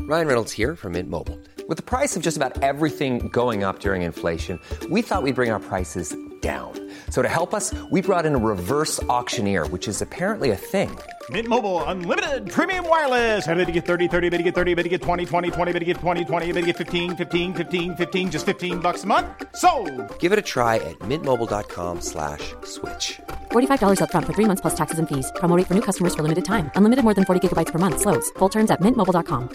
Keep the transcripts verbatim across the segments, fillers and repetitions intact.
Ryan Reynolds here from Mint Mobile. With the price of just about everything going up during inflation, we thought we'd bring our prices down. So to help us, we brought in a reverse auctioneer, which is apparently a thing. Mint Mobile Unlimited Premium Wireless. How to get thirty, thirty, how to get thirty, how to get twenty, twenty, twenty, how to get twenty, twenty, how to get fifteen, fifteen, fifteen, fifteen, just fifteen bucks a month? Sold! Give it a try at mintmobile.com slash switch. forty-five dollars up front for three months plus taxes and fees. Promo rate for new customers for limited time. Unlimited more than forty gigabytes per month. Slows full terms at mint mobile dot com.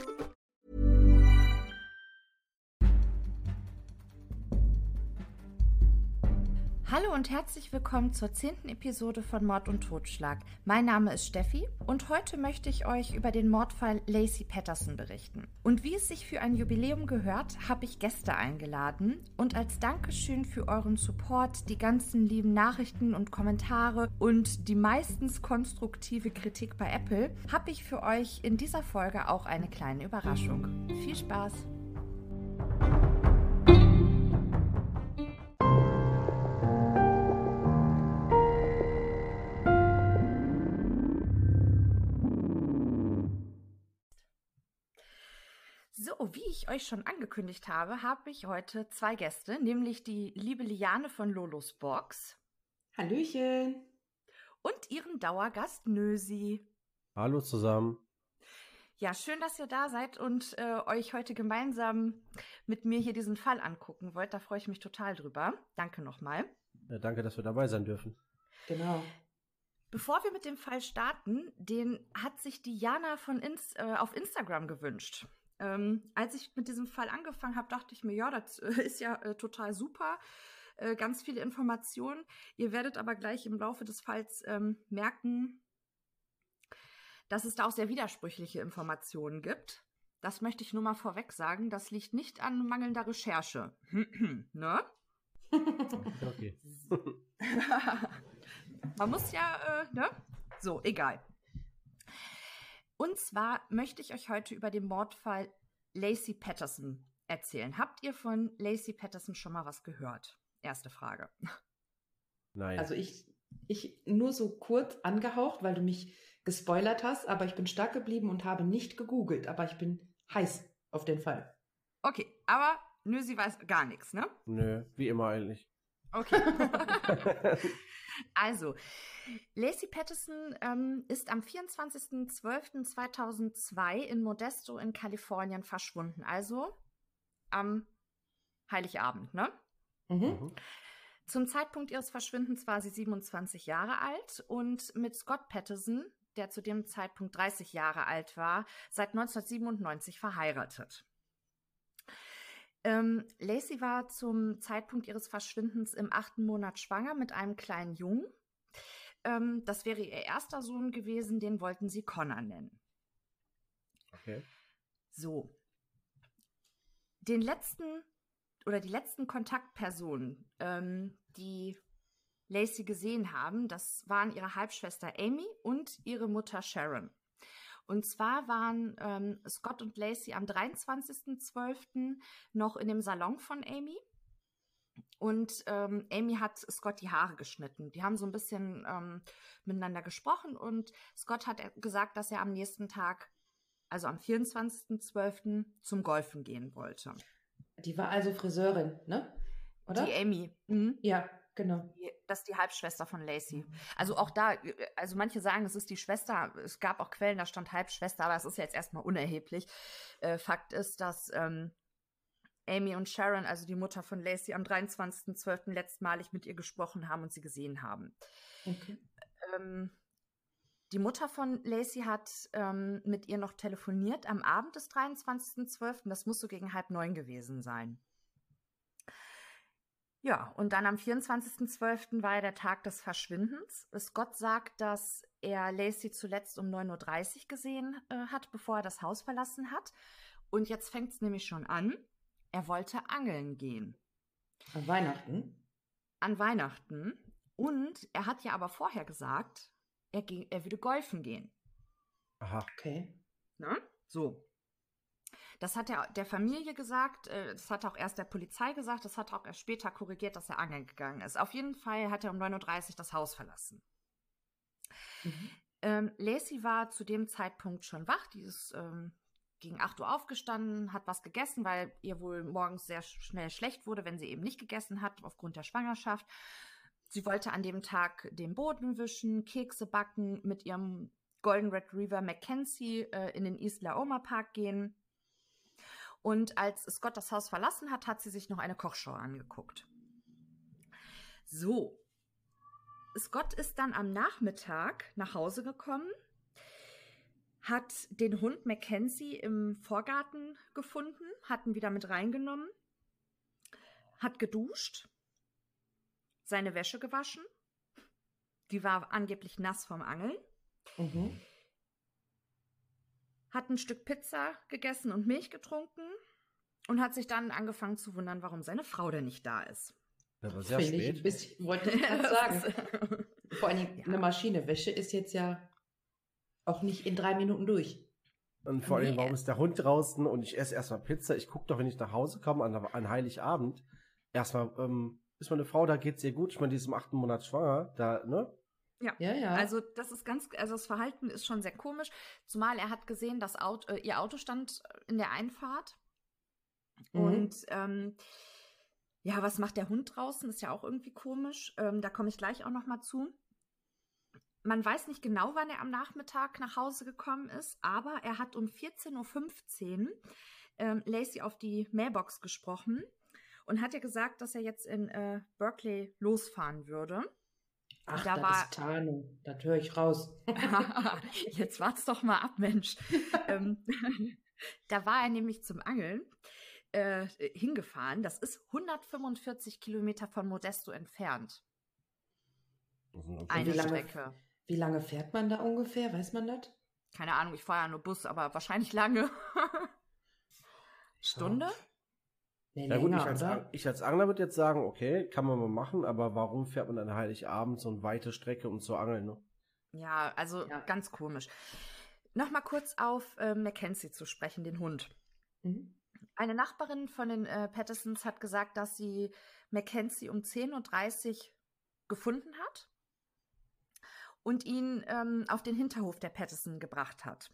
Hallo und herzlich willkommen zur zehnten Episode von Mord und Totschlag. Mein Name ist Steffi und heute möchte ich euch über den Mordfall Laci Peterson berichten. Und wie es sich für ein Jubiläum gehört, habe ich Gäste eingeladen und als Dankeschön für euren Support, die ganzen lieben Nachrichten und Kommentare und die meistens konstruktive Kritik bei Apple, habe ich für euch in dieser Folge auch eine kleine Überraschung. Viel Spaß! So, wie ich euch schon angekündigt habe, habe ich heute zwei Gäste, nämlich die liebe Liane von Lolos Box. Hallöchen. Und ihren Dauergast Nösi. Hallo zusammen. Ja, schön, dass ihr da seid und äh, euch heute gemeinsam mit mir hier diesen Fall angucken wollt. Da freue ich mich total drüber. Danke nochmal. Ja, danke, dass wir dabei sein dürfen. Genau. Bevor wir mit dem Fall starten, den hat sich die Jana von Inst- äh, auf Instagram gewünscht. Ähm, als ich mit diesem Fall angefangen habe, dachte ich mir, ja, das äh, ist ja äh, total super, äh, ganz viele Informationen. Ihr werdet aber gleich im Laufe des Falls ähm, merken, dass es da auch sehr widersprüchliche Informationen gibt. Das möchte ich nur mal vorweg sagen. Das liegt nicht an mangelnder Recherche. Ne? Okay. Man muss ja, äh, ne? So, egal. Und zwar möchte ich euch heute über den Mordfall Laci Peterson erzählen. Habt ihr von Laci Peterson schon mal was gehört? Erste Frage. Nein. Also ich, ich nur so kurz angehaucht, weil du mich gespoilert hast, aber ich bin stark geblieben und habe nicht gegoogelt, aber ich bin heiß auf den Fall. Okay, aber Nösi weiß gar nichts, ne? Nö, wie immer eigentlich. Okay. Also, Laci Peterson ähm, ist am vierundzwanzigsten zwölften zweitausendzwei in Modesto in Kalifornien verschwunden. Also am Heiligabend, ne? Mhm. Zum Zeitpunkt ihres Verschwindens war sie siebenundzwanzig Jahre alt und mit Scott Peterson, der zu dem Zeitpunkt dreißig Jahre alt war, seit neunzehnhundertsiebenundneunzig verheiratet. Ähm, Laci war zum Zeitpunkt ihres Verschwindens im achten Monat schwanger mit einem kleinen Jungen. Ähm, das wäre ihr erster Sohn gewesen, den wollten sie Connor nennen. Okay. So. Den letzten oder die letzten Kontaktpersonen, ähm, die Laci gesehen haben, das waren ihre Halbschwester Amy und ihre Mutter Sharon. Und zwar waren ähm, Scott und Laci am dreiundzwanzigsten zwölften noch in dem Salon von Amy. Und ähm, Amy hat Scott die Haare geschnitten. Die haben so ein bisschen ähm, miteinander gesprochen und Scott hat gesagt, dass er am nächsten Tag, also am vierundzwanzigsten zwölften zum Golfen gehen wollte. Die war also Friseurin, ne? Oder? Die Amy. Mhm. Ja, genau. Die, das ist die Halbschwester von Laci. Also auch da, also manche sagen, es ist die Schwester. Es gab auch Quellen, da stand Halbschwester, aber es ist jetzt erstmal unerheblich. Äh, Fakt ist, dass ähm, Amy und Sharon, also die Mutter von Laci, am dreiundzwanzigsten zwölften letztmalig mit ihr gesprochen haben und sie gesehen haben. Okay. Ähm, die Mutter von Laci hat ähm, mit ihr noch telefoniert am Abend des dreiundzwanzigsten zwölften Das muss so gegen halb neun gewesen sein. Ja, und dann am vierundzwanzigsten zwölften war ja der Tag des Verschwindens. Scott sagt, dass er Laci zuletzt um neun Uhr dreißig gesehen äh, hat, bevor er das Haus verlassen hat. Und jetzt fängt es nämlich schon an. Er wollte angeln gehen. An Weihnachten? An Weihnachten. Und er hat ja aber vorher gesagt, er, ging, er würde golfen gehen. Aha. Okay. Ne? So. Das hat er der Familie gesagt, das hat auch erst der Polizei gesagt, das hat auch erst später korrigiert, dass er angeln gegangen ist. Auf jeden Fall hat er um neun Uhr dreißig das Haus verlassen. Mhm. Ähm, Laci war zu dem Zeitpunkt schon wach, dieses ähm, gegen acht Uhr aufgestanden, hat was gegessen, weil ihr wohl morgens sehr schnell schlecht wurde, wenn sie eben nicht gegessen hat, aufgrund der Schwangerschaft. Sie wollte an dem Tag den Boden wischen, Kekse backen, mit ihrem Golden Retriever Mackenzie äh, in den East La Oma Park gehen. Und als Scott das Haus verlassen hat, hat sie sich noch eine Kochshow angeguckt. So. Scott ist dann am Nachmittag nach Hause gekommen, hat den Hund Mackenzie im Vorgarten gefunden, hat ihn wieder mit reingenommen, hat geduscht, seine Wäsche gewaschen, die war angeblich nass vom Angeln, Mhm. hat ein Stück Pizza gegessen und Milch getrunken und hat sich dann angefangen zu wundern, warum seine Frau denn nicht da ist. Das war sehr Finde ich spät. ein bisschen, wollte ich gerade sagen. Vor allem Ja. eine Maschine Wäsche ist jetzt ja auch nicht in drei Minuten durch. Und vor allem, Nee. warum ist der Hund draußen und ich esse erstmal Pizza? Ich gucke doch, wenn ich nach Hause komme an, an Heiligabend, erstmal, ähm, ist meine Frau, da geht's ihr gut. Ich meine, die ist im achten Monat schwanger, da, ne? Ja, ja. Also das ist ganz, also das Verhalten ist schon sehr komisch, zumal er hat gesehen, dass Auto, äh, ihr Auto stand in der Einfahrt Mhm. und ähm, ja, was macht der Hund draußen? Ist ja auch irgendwie komisch. Ähm, da komme ich gleich auch noch mal zu. Man weiß nicht genau, wann er am Nachmittag nach Hause gekommen ist, aber er hat um vierzehn Uhr fünfzehn ähm, Lacey auf die Mailbox gesprochen und hat ihr gesagt, dass er jetzt in äh, Berkeley losfahren würde. Ach, da das war- ist Tarnung. Das höre ich raus. Jetzt wart's doch mal ab, Mensch. ähm, da war er nämlich zum Angeln äh, hingefahren. Das ist hundertfünfundvierzig Kilometer von Modesto entfernt. Eine wie lange- Strecke. Wie lange fährt man da ungefähr? Weiß man das? Keine Ahnung, ich fahre ja nur Bus, aber wahrscheinlich lange. Stunde? Nee, Ja gut, länger, ich als, oder? Ang- ich als Angler würde jetzt sagen, okay, kann man mal machen, aber warum fährt man an Heiligabend so eine weite Strecke, um zu angeln, ne? Ja, also Ja. ganz komisch. Nochmal kurz auf äh, Mackenzie zu sprechen, den Hund. Mhm. Eine Nachbarin von den äh, Pattersons hat gesagt, dass sie Mackenzie um zehn Uhr dreißig gefunden hat und ihn ähm, auf den Hinterhof der Patterson gebracht hat.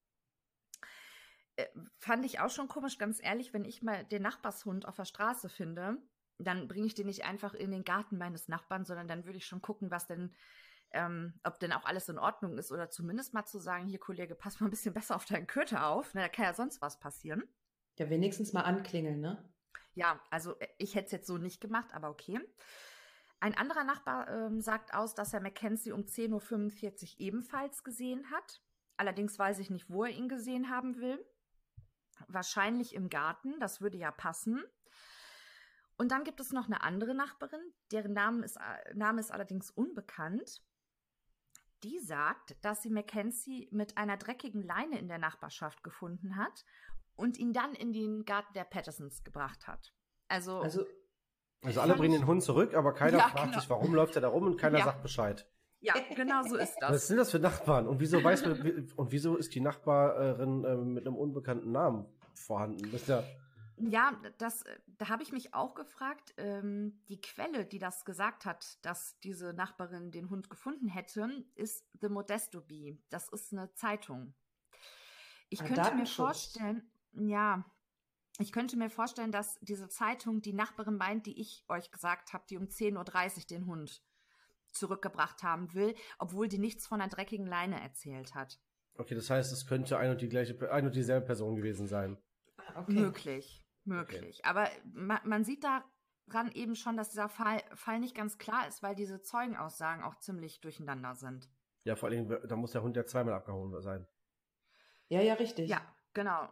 Äh, fand ich auch schon komisch, ganz ehrlich, wenn ich mal den Nachbarshund auf der Straße finde, dann bringe ich den nicht einfach in den Garten meines Nachbarn, sondern dann würde ich schon gucken, was denn, ähm, ob denn auch alles in Ordnung ist oder zumindest mal zu sagen, hier Kollege, pass mal ein bisschen besser auf deinen Köter auf, ne, da kann ja sonst was passieren. Ja, wenigstens mal anklingeln, ne? Ja, also äh, ich hätte es jetzt so nicht gemacht, aber okay. Ein anderer Nachbar ähm, sagt aus, dass er Mackenzie um zehn Uhr fünfundvierzig ebenfalls gesehen hat. Allerdings weiß ich nicht, wo er ihn gesehen haben will. Wahrscheinlich im Garten, das würde ja passen. Und dann gibt es noch eine andere Nachbarin, deren Name ist, äh, Name ist allerdings unbekannt. Die sagt, dass sie Mackenzie mit einer dreckigen Leine in der Nachbarschaft gefunden hat und ihn dann in den Garten der Pattersons gebracht hat. Also, Also, Also alle bringen den Hund zurück, aber keiner Ja, fragt genau. sich, warum läuft er da rum und keiner Ja. sagt Bescheid. ja, genau so ist Was das. sind das für Nachbarn? Und wieso weiß man, und wieso ist die Nachbarin äh, mit einem unbekannten Namen vorhanden? Das ist ja, Ja, das, äh, da habe ich mich auch gefragt. Ähm, die Quelle, die das gesagt hat, dass diese Nachbarin den Hund gefunden hätte, ist The Modesto Bee. Das ist eine Zeitung. Ich Ah, könnte mir Datenschutz. vorstellen, ja, ich könnte mir vorstellen, dass diese Zeitung die Nachbarin meint, die ich euch gesagt habe, die um zehn Uhr dreißig den Hund zurückgebracht haben will, obwohl die nichts von einer dreckigen Leine erzählt hat. okay, das heißt, es könnte ein und die gleiche, ein und dieselbe Person gewesen sein. okay. Möglich, möglich. Aber ma, man sieht daran eben schon, dass dieser Fall, Fall nicht ganz klar ist, weil diese Zeugenaussagen auch ziemlich durcheinander sind. Ja, vor allem, da muss der Hund ja zweimal abgehauen sein. Ja, ja, richtig. Ja, genau.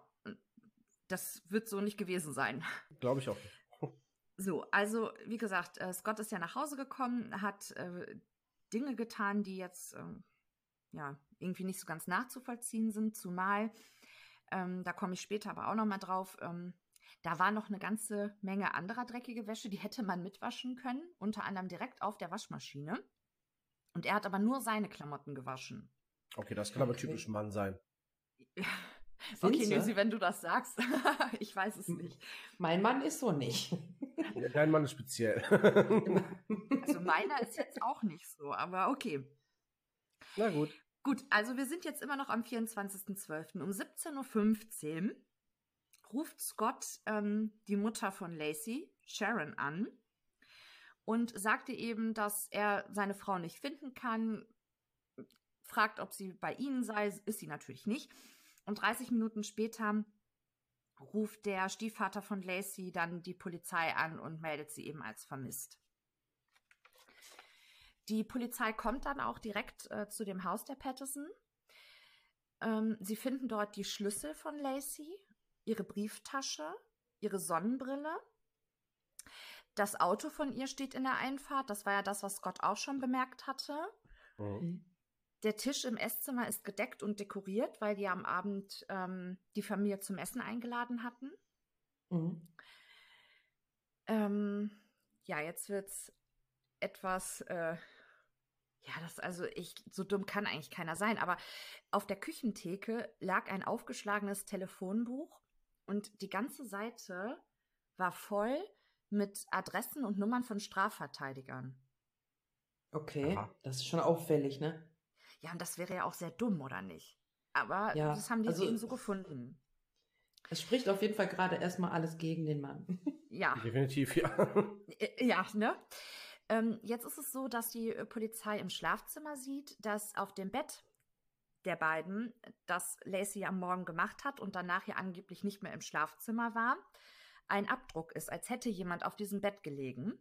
Das wird so nicht gewesen sein. Glaube ich auch nicht. So, also wie gesagt, äh, Scott ist ja nach Hause gekommen, hat äh, Dinge getan, die jetzt äh, ja irgendwie nicht so ganz nachzuvollziehen sind, zumal, ähm, da komme ich später aber auch nochmal drauf, ähm, da war noch eine ganze Menge anderer dreckige Wäsche, die hätte man mitwaschen können, unter anderem direkt auf der Waschmaschine. Und er hat aber nur seine Klamotten gewaschen. Okay, das kann aber Okay. typisch Mann sein. Sind Okay, sie? Nisi, wenn du das sagst, ich weiß es nicht. Mein Mann ist so nicht. Ja, dein Mann ist speziell. Also meiner ist jetzt auch nicht so, aber okay. Na gut. Gut, also wir sind jetzt immer noch am vierundzwanzigsten zwölften Um siebzehn Uhr fünfzehn ruft Scott ähm, die Mutter von Lacey, Sharon, an und sagte eben, dass er seine Frau nicht finden kann, fragt, ob sie bei ihnen sei, ist sie natürlich nicht. Und dreißig Minuten später ruft der Stiefvater von Lacey dann die Polizei an und meldet sie eben als vermisst. Die Polizei kommt dann auch direkt äh, zu dem Haus der Patterson. Ähm, sie finden dort die Schlüssel von Lacey, ihre Brieftasche, ihre Sonnenbrille. Das Auto von ihr steht in der Einfahrt. Das war ja das, was Scott auch schon bemerkt hatte. Mhm. Der Tisch im Esszimmer ist gedeckt und dekoriert, weil die am Abend ähm, die Familie zum Essen eingeladen hatten. Mhm. Ähm, ja, jetzt wird's etwas, äh, ja, das also ich, so dumm kann eigentlich keiner sein, aber auf der Küchentheke lag ein aufgeschlagenes Telefonbuch und die ganze Seite war voll mit Adressen und Nummern von Strafverteidigern. Okay, Aha. das ist schon auffällig, ne? Ja, und das wäre ja auch sehr dumm, oder nicht? Aber Ja, das haben die also- eben so gefunden. Es spricht auf jeden Fall gerade erstmal alles gegen den Mann. Ja. Definitiv, ja. Äh, Ja, ne? Ähm, jetzt ist es so, dass die äh, Polizei im Schlafzimmer sieht, dass auf dem Bett der beiden, das Lacey am Morgen gemacht hat und danach ja angeblich nicht mehr im Schlafzimmer war, ein Abdruck ist, als hätte jemand auf diesem Bett gelegen.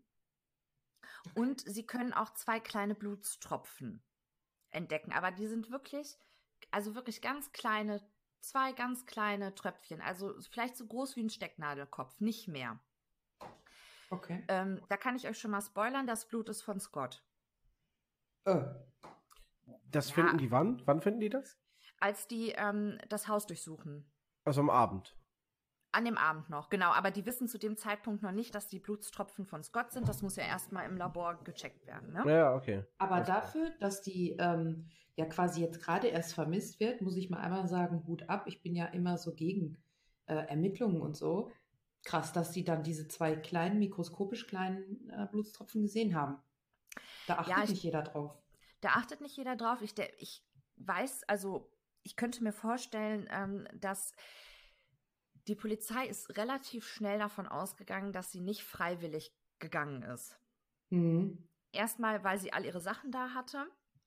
Und sie können auch zwei kleine Blutstropfen entdecken, aber die sind wirklich, also wirklich ganz kleine, zwei ganz kleine Tröpfchen, also vielleicht so groß wie ein Stecknadelkopf, nicht mehr. Okay. Ähm, da kann ich euch schon mal spoilern, das Blut ist von Scott. Oh. Das Ja. finden die wann? Wann finden die das? Als die ähm, das Haus durchsuchen. Also am Abend. An dem Abend noch, genau. Aber die wissen zu dem Zeitpunkt noch nicht, dass die Blutstropfen von Scott sind. Das muss ja erstmal im Labor gecheckt werden, ne? Ja, okay. Aber Alles klar. dafür, dass die ähm, ja quasi jetzt gerade erst vermisst wird, muss ich mal einmal sagen, Hut ab. Ich bin ja immer so gegen äh, Ermittlungen und so. Krass, dass die dann diese zwei kleinen, mikroskopisch kleinen äh, Blutstropfen gesehen haben. Da achtet Ja, ich- nicht jeder drauf. Da achtet nicht jeder drauf. Ich, der, ich weiß, also ich könnte mir vorstellen, ähm, dass die Polizei ist relativ schnell davon ausgegangen, dass sie nicht freiwillig gegangen ist. Mhm. Erstmal, weil sie all ihre Sachen da hatte.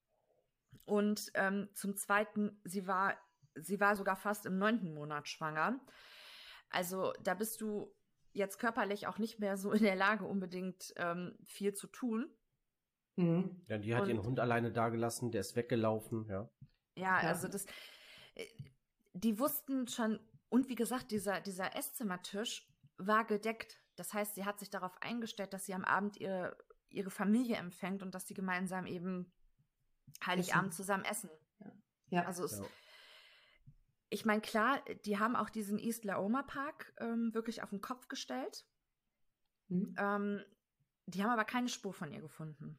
Und ähm, zum Zweiten, sie war, sie war sogar fast im neunten Monat schwanger. Also da bist du jetzt körperlich auch nicht mehr so in der Lage, unbedingt ähm, viel zu tun. Mhm. Ja, die hat Und- ihren Hund alleine dagelassen, der ist weggelaufen, ja. Ja, Ja. also das, äh, die wussten schon, und wie gesagt, dieser, dieser Esszimmertisch war gedeckt. Das heißt, sie hat sich darauf eingestellt, dass sie am Abend ihre, ihre Familie empfängt und dass sie gemeinsam eben Heiligabend Essen. zusammen essen. Ja. Also es, Ja. ich meine, klar, die haben auch diesen East Laoma Park ähm, wirklich auf den Kopf gestellt. Mhm. Ähm, die haben aber keine Spur von ihr gefunden.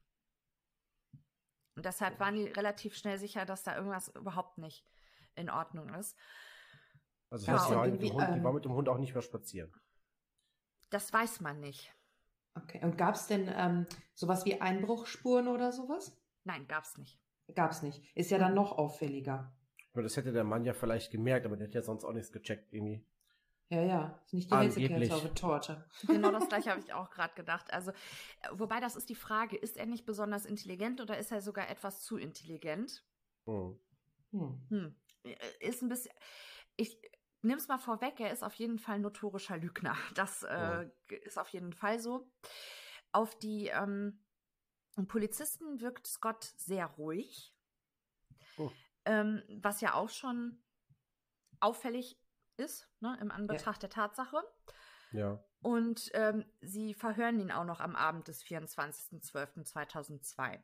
Und deshalb waren die relativ schnell sicher, dass da irgendwas überhaupt nicht in Ordnung ist. Also Ja, das heißt, die, und war mit dem irgendwie, Hund, die ähm, war mit dem Hund auch nicht mehr spazieren. Das weiß man nicht. Okay. Und gab es denn ähm, sowas wie Einbruchsspuren oder sowas? Nein, gab's nicht. Gab's nicht. Ist ja dann noch auffälliger. Aber das hätte der Mann ja vielleicht gemerkt, aber der hätte ja sonst auch nichts gecheckt irgendwie. Ja, ja. Ist nicht die Angeblich. Hälsekälte auf der Torte. Genau das gleiche habe ich auch gerade gedacht. Also, äh, wobei das ist die Frage, ist er nicht besonders intelligent oder ist er sogar etwas zu intelligent? Hm. Hm. Hm. Äh, Ist ein bisschen. Ich nimm's mal vorweg, er ist auf jeden Fall ein notorischer Lügner. Das äh, ist auf jeden Fall so. Auf die ähm, Polizisten wirkt Scott sehr ruhig. Oh. Ähm, was ja auch schon auffällig ist, ne, im Anbetracht der Tatsache. Ja. Und ähm, sie verhören ihn auch noch am Abend des vierundzwanzigsten zwölften zweitausendzwei.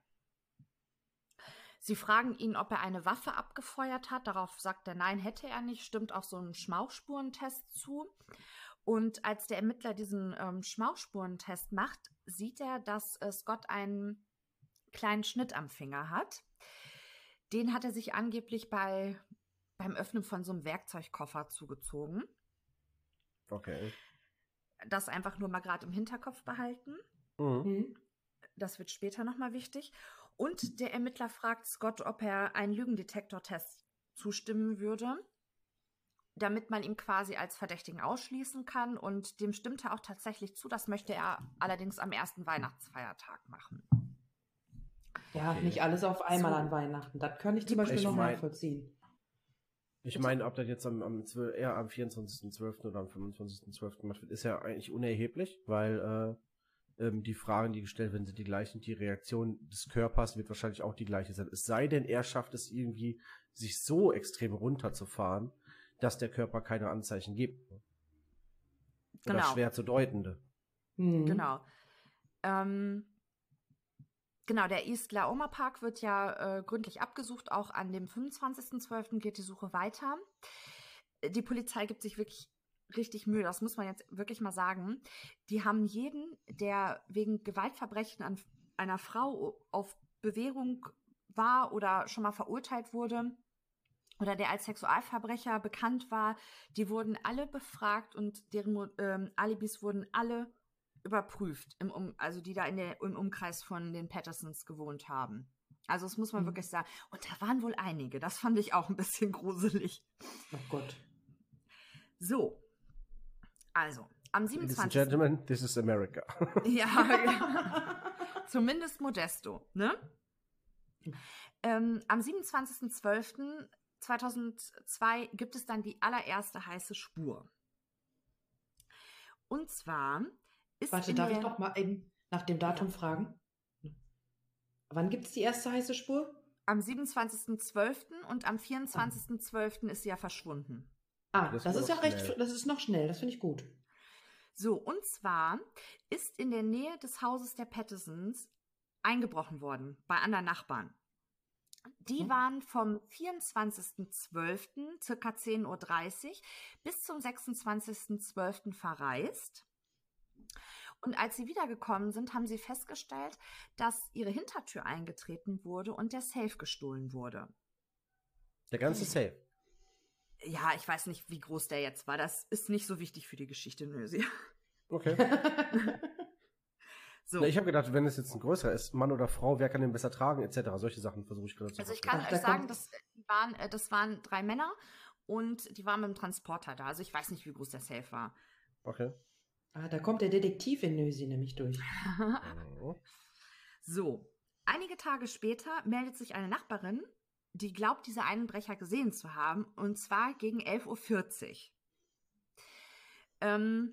Sie fragen ihn, ob er eine Waffe abgefeuert hat. Darauf sagt er, nein, hätte er nicht. Stimmt auch so ein Schmauchspurentest zu. Und als der Ermittler diesen ähm, Schmauchspurentest macht, sieht er, dass äh, Scott einen kleinen Schnitt am Finger hat. Den hat er sich angeblich bei, beim Öffnen von so einem Werkzeugkoffer zugezogen. Okay. Das einfach nur mal gerade im Hinterkopf behalten. Mhm. Hm. Das wird später nochmal wichtig. Und der Ermittler fragt Scott, ob er einen Lügendetektortest zustimmen würde, damit man ihn quasi als Verdächtigen ausschließen kann. Und dem stimmt er auch tatsächlich zu. Das möchte er allerdings am ersten Weihnachtsfeiertag machen. Ja, nicht alles auf einmal So. an Weihnachten. Das kann ich zum Die- Beispiel Ich noch mein- nachvollziehen. Ich meine, ob das jetzt am, am zwölf eher am vierundzwanzigsten zwölften oder am fünfundzwanzigsten zwölften gemacht wird, ist ja eigentlich unerheblich, weil äh, ähm, die Fragen, die gestellt werden, sind die gleichen. Die Reaktion des Körpers wird wahrscheinlich auch die gleiche sein. Es sei denn, er schafft es irgendwie, sich so extrem runterzufahren, dass der Körper keine Anzeichen gibt. Oder Genau. schwer zu deutende. Mhm. Genau. Ähm, genau, der East Laoma Park wird ja äh, gründlich abgesucht. Auch an dem fünfundzwanzigsten zwölften geht die Suche weiter. Die Polizei gibt sich wirklich richtig Mühe, das muss man jetzt wirklich mal sagen. Die haben jeden, der wegen Gewaltverbrechen an einer Frau auf Bewährung war oder schon mal verurteilt wurde oder der als Sexualverbrecher bekannt war, die wurden alle befragt und deren ähm, Alibis wurden alle überprüft, im um, also die da in der, im Umkreis von den Pattersons gewohnt haben. Also das muss man Mhm. wirklich sagen. Und da waren wohl einige, das fand ich auch ein bisschen gruselig. Oh Gott. So, also am Ladies and siebenundzwanzigsten Gentlemen, this is America. Ja, zumindest Modesto, ne? Ähm, am siebenundzwanzigsten zwölften zweitausendzwei gibt es dann die allererste heiße Spur. Und zwar ist Warte, in darf der, ich noch mal eben nach dem Datum fragen? Wann gibt es die erste heiße Spur? am siebenundzwanzigsten zwölften und am vierundzwanzigsten zwölften ist sie ja verschwunden. Ah, Das das, war ist ja noch recht, schnell. das ist noch schnell, das finde ich gut. So, und zwar ist in der Nähe des Hauses der Pattersons eingebrochen worden bei anderen Nachbarn. Die Mhm. waren vom vierundzwanzigsten zwölften circa zehn Uhr dreißig bis zum sechsundzwanzigsten zwölften verreist. Und als sie wiedergekommen sind, haben sie festgestellt, dass ihre Hintertür eingetreten wurde und der Safe gestohlen wurde. Der ganze Safe. Ja, ich weiß nicht, wie groß der jetzt war. Das ist nicht so wichtig für die Geschichte, Nösi. Okay. So. Na, ich habe gedacht, wenn es jetzt ein größerer ist, Mann oder Frau, wer kann den besser tragen, et cetera. Solche Sachen versuche ich gerade zu Also ich verstehen. kann Ach, euch da sagen, kommt- das, die waren, äh, das waren drei Männer und die waren mit dem Transporter da. Also ich weiß nicht, wie groß der Safe war. Okay. Ah, da kommt der Detektiv in Nösi nämlich durch. Oh. So, einige Tage später meldet sich eine Nachbarin, die glaubt, diese Einbrecher gesehen zu haben, und zwar gegen elf Uhr vierzig. Ähm,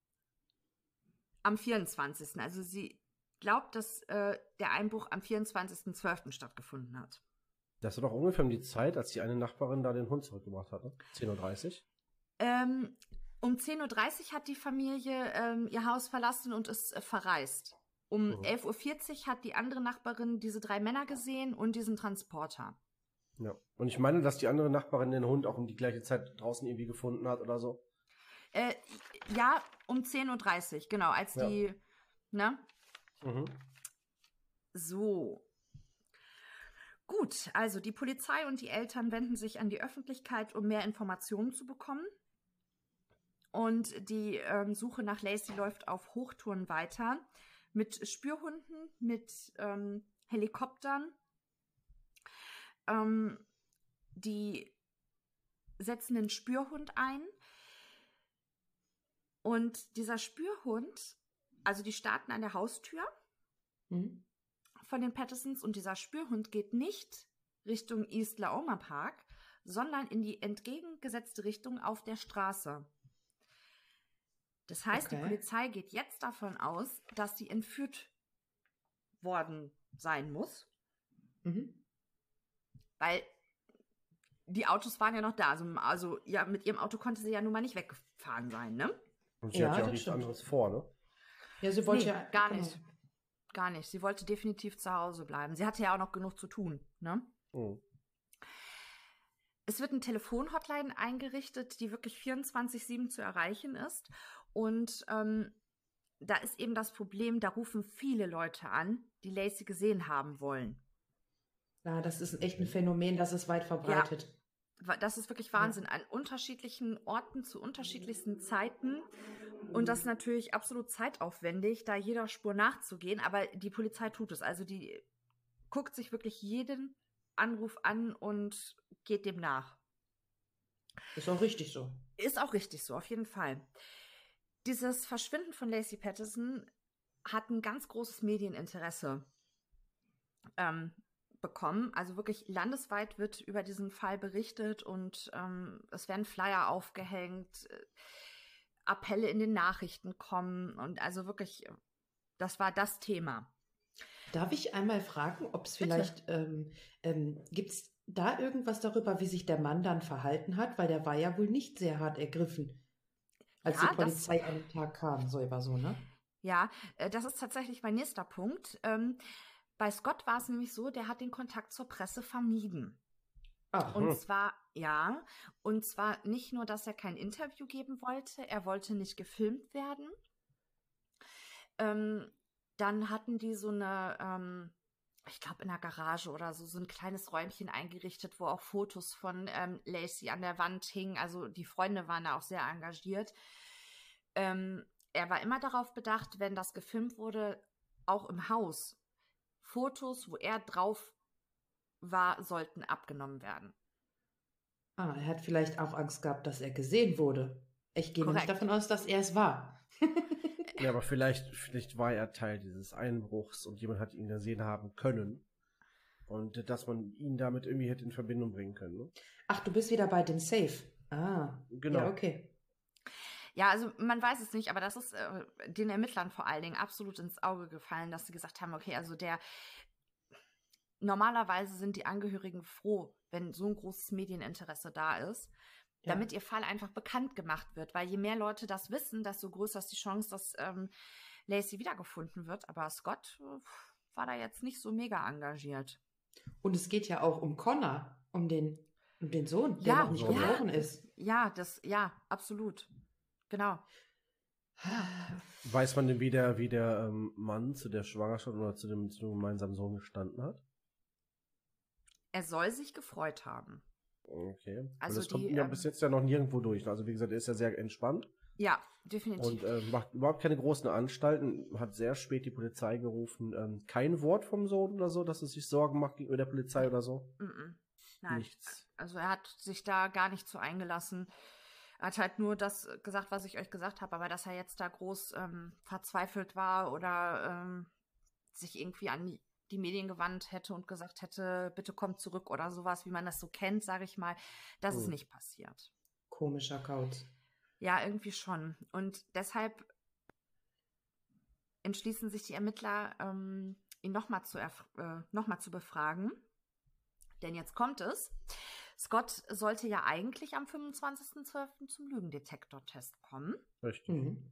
am vierundzwanzigsten Also sie glaubt, dass äh, der Einbruch am vierundzwanzigsten zwölften stattgefunden hat. Das war doch ungefähr um die Zeit, als die eine Nachbarin da den Hund zurückgebracht hat, ne? zehn Uhr dreißig. Ähm, um zehn Uhr dreißig hat die Familie ähm, ihr Haus verlassen und ist äh, verreist. Um Mhm. elf Uhr vierzig hat die andere Nachbarin diese drei Männer gesehen und diesen Transporter. Ja. Und ich meine, dass die andere Nachbarin den Hund auch um die gleiche Zeit draußen irgendwie gefunden hat oder so. Äh, ja, um zehn Uhr dreißig, genau, als Ja. die, ne? Mhm. So. Gut, also die Polizei und die Eltern wenden sich an die Öffentlichkeit, um mehr Informationen zu bekommen. Und die ähm, Suche nach Lacey läuft auf Hochtouren weiter. Mit Spürhunden, mit ähm, Helikoptern. Ähm, die setzen einen Spürhund ein. Und dieser Spürhund, also die starten an der Haustür Mhm. von den Pattersons und dieser Spürhund geht nicht Richtung East Laoma Park, sondern in die entgegengesetzte Richtung auf der Straße. Das heißt, Okay. die Polizei geht jetzt davon aus, dass sie entführt worden sein muss, Mhm. weil die Autos waren ja noch da. Also, also ja, mit ihrem Auto konnte sie ja nun mal nicht weggefahren sein, ne? Und sie Ja, hat ja auch das nichts stimmt. anderes vor, ne? Ja, sie wollte Nee, ja. gar genau. nicht. Gar nicht. Sie wollte definitiv zu Hause bleiben. Sie hatte ja auch noch genug zu tun, ne? Mhm. Es wird eine Telefon-Hotline eingerichtet, die wirklich vierundzwanzig sieben zu erreichen ist. Und ähm, da ist eben das Problem, da rufen viele Leute an, die Lacey gesehen haben wollen. Ja, das ist echt ein Phänomen, das ist weit verbreitet. Wa- Das ist wirklich Wahnsinn. An unterschiedlichen Orten zu unterschiedlichsten Zeiten. Und das ist natürlich absolut zeitaufwendig, da jeder Spur nachzugehen. Aber die Polizei tut es. Also die guckt sich wirklich jeden Anruf an und geht dem nach. Ist auch richtig so. Ist auch richtig so, auf jeden Fall. Dieses Verschwinden von Lacey Patterson hat ein ganz großes Medieninteresse ähm, bekommen. Also wirklich landesweit wird über diesen Fall berichtet und ähm, es werden Flyer aufgehängt, äh, Appelle in den Nachrichten kommen und also wirklich, das war das Thema. Darf ich einmal fragen, ob es vielleicht, ähm, ähm, gibt es da irgendwas darüber, wie sich der Mann dann verhalten hat? Weil der war ja wohl nicht sehr hart ergriffen, als Ja, die Polizei an den Tag kam, so über so, ne? Ja, äh, das ist tatsächlich mein nächster Punkt. Ähm, bei Scott war es nämlich so, der hat den Kontakt zur Presse vermieden. Ach, Und zwar, ja, und zwar nicht nur, dass er kein Interview geben wollte, er wollte nicht gefilmt werden. Ähm, dann hatten die so eine, ähm, ich glaube in der Garage oder so, so ein kleines Räumchen eingerichtet, wo auch Fotos von ähm, Lacey an der Wand hingen. Also die Freunde waren da auch sehr engagiert. Ähm, er war immer darauf bedacht, wenn das gefilmt wurde, auch im Haus, Fotos, wo er drauf war, sollten abgenommen werden. ah, er hat vielleicht auch Angst gehabt, dass er gesehen wurde. Ich gehe Korrekt. nicht davon aus, dass er es war. Ja, aber vielleicht, vielleicht war er Teil dieses Einbruchs und jemand hat ihn gesehen haben können. Und dass man ihn damit irgendwie hätte in Verbindung bringen können. Ne? Ach, du bist wieder bei dem Safe. Ah, Genau. ja, okay. Ja, also man weiß es nicht, aber das ist äh, den Ermittlern vor allen Dingen absolut ins Auge gefallen, dass sie gesagt haben, okay, also der, normalerweise sind die Angehörigen froh, wenn so ein großes Medieninteresse da ist, Ja. damit ihr Fall einfach bekannt gemacht wird, weil je mehr Leute das wissen, desto größer ist die Chance, dass ähm, Lacey wiedergefunden wird, aber Scott äh, war da jetzt nicht so mega engagiert. Und es geht ja auch um Connor, um den, um den Sohn, der Ja, noch nicht ja. geboren ist. Ja, das, ja, absolut. Genau. Weiß man denn, wie der, wie der ähm, Mann zu der Schwangerschaft oder zu dem, zu dem gemeinsamen Sohn gestanden hat? Er soll sich gefreut haben. Okay. Also Und das kommt die, ihm ja ähm, bis jetzt ja noch nirgendwo durch. Also wie gesagt, er ist ja sehr entspannt Ja, definitiv. und äh, macht überhaupt keine großen Anstalten, hat sehr spät die Polizei gerufen. Ähm, kein Wort vom Sohn oder so, dass er sich Sorgen macht gegenüber der Polizei oder so? Mm-mm. Nein. Nichts. Also er hat sich da gar nicht so eingelassen. Er hat halt nur das gesagt, was ich euch gesagt habe, aber dass er jetzt da groß ähm, verzweifelt war oder ähm, sich irgendwie an die, die Medien gewandt hätte und gesagt hätte, bitte kommt zurück oder sowas, wie man das so kennt, sage ich mal, das ist Hm. nicht passiert. Komischer Kauz. Ja, irgendwie schon. Und deshalb entschließen sich die Ermittler, ähm, ihn nochmal zu, erf- äh, noch mal zu befragen. Denn jetzt kommt es. Scott sollte ja eigentlich am fünfundzwanzigsten zwölften zum Lügendetektortest kommen. Richtig. Mhm.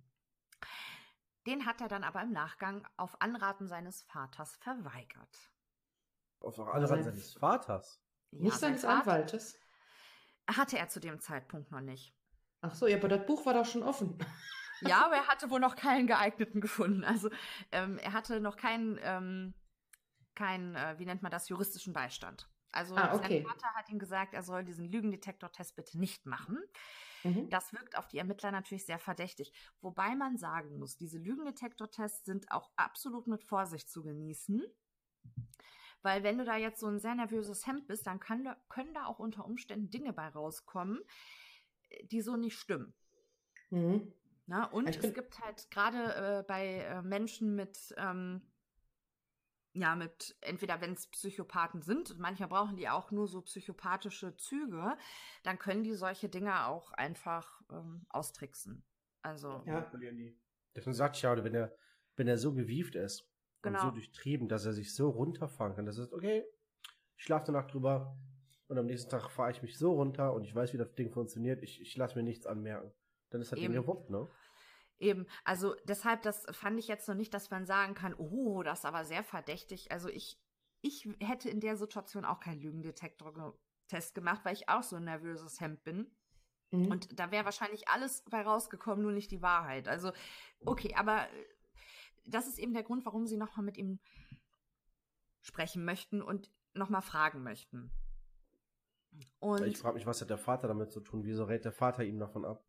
Den hat er dann aber im Nachgang auf Anraten seines Vaters verweigert. Auf Anraten sein- seines Vaters. Ja, Nicht sein seines Vater Anwaltes. hatte er zu dem Zeitpunkt noch nicht. Ach so, ja, aber das Buch war doch schon offen. Ja, aber er hatte wohl noch keinen geeigneten gefunden. Also ähm, er hatte noch keinen, ähm, keinen, äh, wie nennt man das, juristischen Beistand. Also Ah, okay. sein Vater hat ihm gesagt, er soll diesen Lügendetektortest bitte nicht machen. Mhm. Das wirkt auf die Ermittler natürlich sehr verdächtig. Wobei man sagen muss, diese Lügendetektortests sind auch absolut mit Vorsicht zu genießen. Weil wenn du da jetzt so ein sehr nervöses Hemd bist, dann kann, da- können da auch unter Umständen Dinge bei rauskommen, die so nicht stimmen. Mhm. Na, und Ich es bin- gibt halt gerade äh, bei äh, Menschen mit, ähm, ja, mit, entweder wenn es Psychopathen sind, manchmal brauchen die auch nur so psychopathische Züge, dann können die solche Dinge auch einfach ähm, austricksen. Also, Ja. Deswegen sagt ja, wenn er, wenn er so gewieft ist Genau. und so durchtrieben, dass er sich so runterfahren kann, dass er sagt, okay, ich schlafe eine Nacht drüber und am nächsten Tag fahre ich mich so runter und ich weiß, wie das Ding funktioniert, ich, ich lasse mir nichts anmerken. Dann ist das Ding Eben. gewuppt, ne? Eben, also deshalb, das fand ich jetzt noch nicht, dass man sagen kann, oh, das ist aber sehr verdächtig. Also ich, ich hätte in der Situation auch keinen Lügendetektor-Test gemacht, weil ich auch so ein nervöses Hemd bin. Mhm. Und da wäre wahrscheinlich alles bei rausgekommen, nur nicht die Wahrheit. Also, okay, aber äh, das ist eben der Grund, warum sie nochmal mit ihm sprechen möchten und nochmal fragen möchten. Und Ich frage mich, was hat der Vater damit zu tun? Wieso rät der Vater ihm davon ab?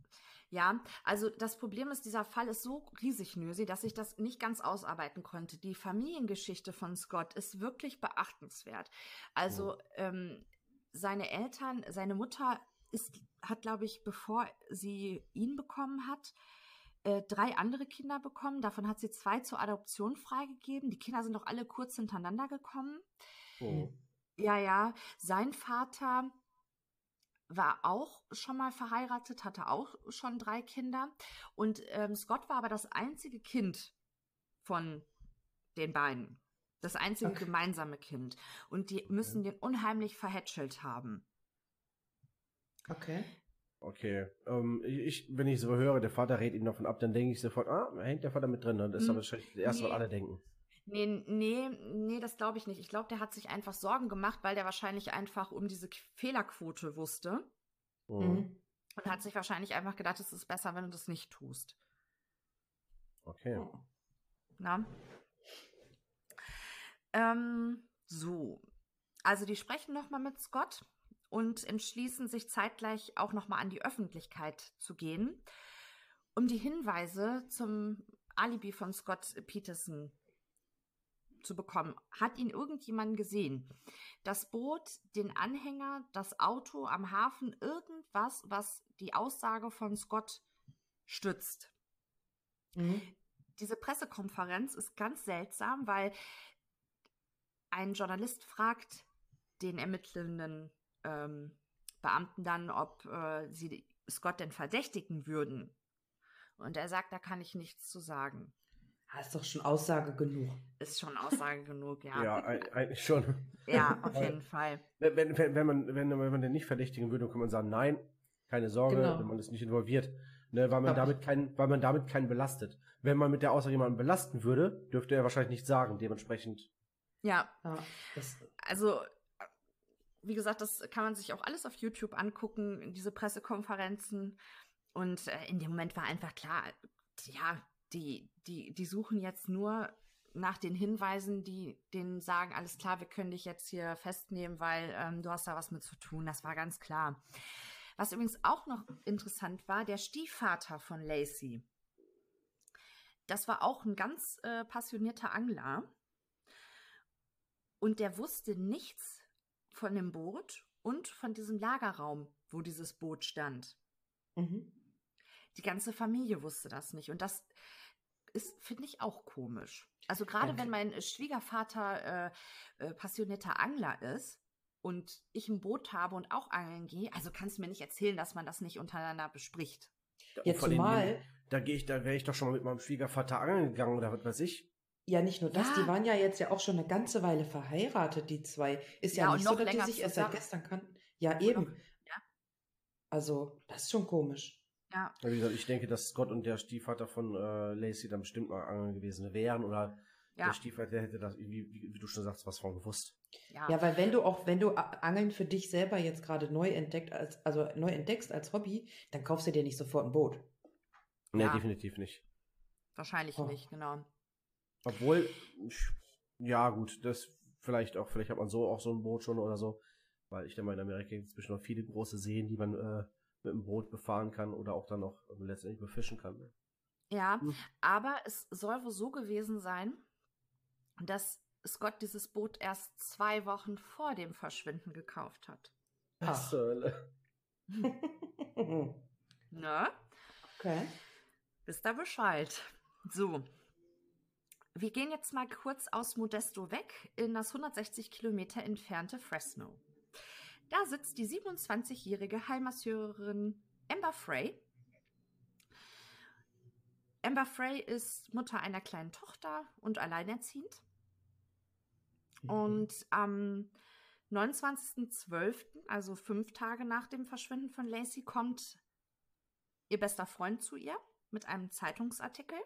Ja, also das Problem ist, dieser Fall ist so riesig, Nösi, dass ich das nicht ganz ausarbeiten konnte. Die Familiengeschichte von Scott ist wirklich beachtenswert. Also Oh. ähm, seine Eltern, seine Mutter ist, hat, glaube ich, bevor sie ihn bekommen hat, äh, drei andere Kinder bekommen. Davon hat sie zwei zur Adoption freigegeben. Die Kinder sind doch alle kurz hintereinander gekommen. Oh. Ja, ja. Sein Vater war auch schon mal verheiratet, hatte auch schon drei Kinder. Und ähm, Scott war aber das einzige Kind von den beiden. Das einzige Okay. gemeinsame Kind. Und die müssen den unheimlich verhätschelt haben. Okay. Okay. Ähm, ich, ich, wenn ich so höre, der Vater rät ihm davon ab, dann denke ich sofort, ah, hängt der Vater mit drin. Ne? Das ist Hm. aber wahrscheinlich das Erste, was Nee. alle denken. Nee, nee, nee, das glaube ich nicht. Ich glaube, der hat sich einfach Sorgen gemacht, weil der wahrscheinlich einfach um diese K- Fehlerquote wusste. Oh. Mhm. Und hat sich wahrscheinlich einfach gedacht, es ist besser, wenn du das nicht tust. Okay. Na? Ähm, so. Also die sprechen nochmal mit Scott und entschließen sich zeitgleich auch nochmal an die Öffentlichkeit zu gehen, um die Hinweise zum Alibi von Scott Peterson zu bekommen. Hat ihn irgendjemand gesehen? Das Boot, den Anhänger, das Auto am Hafen, irgendwas, was die Aussage von Scott stützt. Mhm. Diese Pressekonferenz ist ganz seltsam, weil ein Journalist fragt den ermittelnden ähm, Beamten dann, ob äh, sie Scott denn verdächtigen würden. Und er sagt, da kann ich nichts zu sagen. Das ist doch schon Aussage genug. Ist schon Aussage genug, ja. Ja, eig- eigentlich schon. Ja, auf jeden Fall. Wenn, wenn, wenn, wenn, man, wenn, wenn man den nicht verdächtigen würde, kann man sagen, nein, keine Sorge, Genau. wenn man ist nicht involviert, ne, weil man Aber- damit keinen, weil man damit keinen belastet. Wenn man mit der Aussage jemanden belasten würde, dürfte er wahrscheinlich nichts sagen, dementsprechend. Ja, Ja, das, also, wie gesagt, das kann man sich auch alles auf YouTube angucken, diese Pressekonferenzen. Und äh, in dem Moment war einfach klar, ja, die, die, die suchen jetzt nur nach den Hinweisen, die denen sagen, alles klar, wir können dich jetzt hier festnehmen, weil ähm, du hast da was mit zu tun. Das war ganz klar. Was übrigens auch noch interessant war, der Stiefvater von Lacey. Das war auch ein ganz äh, passionierter Angler. Und der wusste nichts von dem Boot und von diesem Lagerraum, wo dieses Boot stand. mhm. Die ganze Familie wusste das nicht. Und das ist, finde ich, auch komisch. Also gerade Okay. wenn mein Schwiegervater äh, äh, passionierter Angler ist und ich ein Boot habe und auch angeln gehe, also kannst du mir nicht erzählen, dass man das nicht untereinander bespricht. Ja, Und vor allem, zumal- Da gehe ich, da wäre ich doch schon mal mit meinem Schwiegervater angeln gegangen oder was weiß ich. Ja, nicht nur das, Ja. die waren ja jetzt ja auch schon eine ganze Weile verheiratet, die zwei. Ist ja, Ja, und nicht noch so, dass die länger sich erst seit zusammen. gestern kannten. Ja, Und eben. noch- ja. Also, das ist schon komisch. Ja, Ja, wie gesagt, ich denke, dass Scott und der Stiefvater von äh, Lacey dann bestimmt mal angeln gewesen wären oder ja, der Stiefvater der hätte das, wie, wie, wie du schon sagst, was von gewusst. ja. Ja, weil wenn du auch, wenn du A- Angeln für dich selber jetzt gerade neu entdeckt, als, also neu entdeckst als Hobby, dann kaufst du dir nicht sofort ein Boot. Nee, Ja. definitiv nicht. Wahrscheinlich Oh. nicht, genau. Obwohl, ich- ja gut, das vielleicht auch, vielleicht hat man so auch so ein Boot schon oder so, weil ich denke mal, in Amerika gibt es bestimmt noch viele große Seen, die man äh, mit dem Boot befahren kann oder auch dann noch äh, letztendlich befischen kann. Ne? Ja, Hm. aber es soll wohl so gewesen sein, dass Scott dieses Boot erst zwei Wochen vor dem Verschwinden gekauft hat. Ach. zur Hölle. Ne? Okay. Wisst ihr Bescheid. So. Wir gehen jetzt mal kurz aus Modesto weg in das hundertsechzig Kilometer entfernte Fresno. Da sitzt die siebenundzwanzigjährige Heilmasseurin Amber Frey. Amber Frey ist Mutter einer kleinen Tochter und alleinerziehend. Und am neunundzwanzigsten zwölften, also fünf Tage nach dem Verschwinden von Lacey, kommt ihr bester Freund zu ihr mit einem Zeitungsartikel.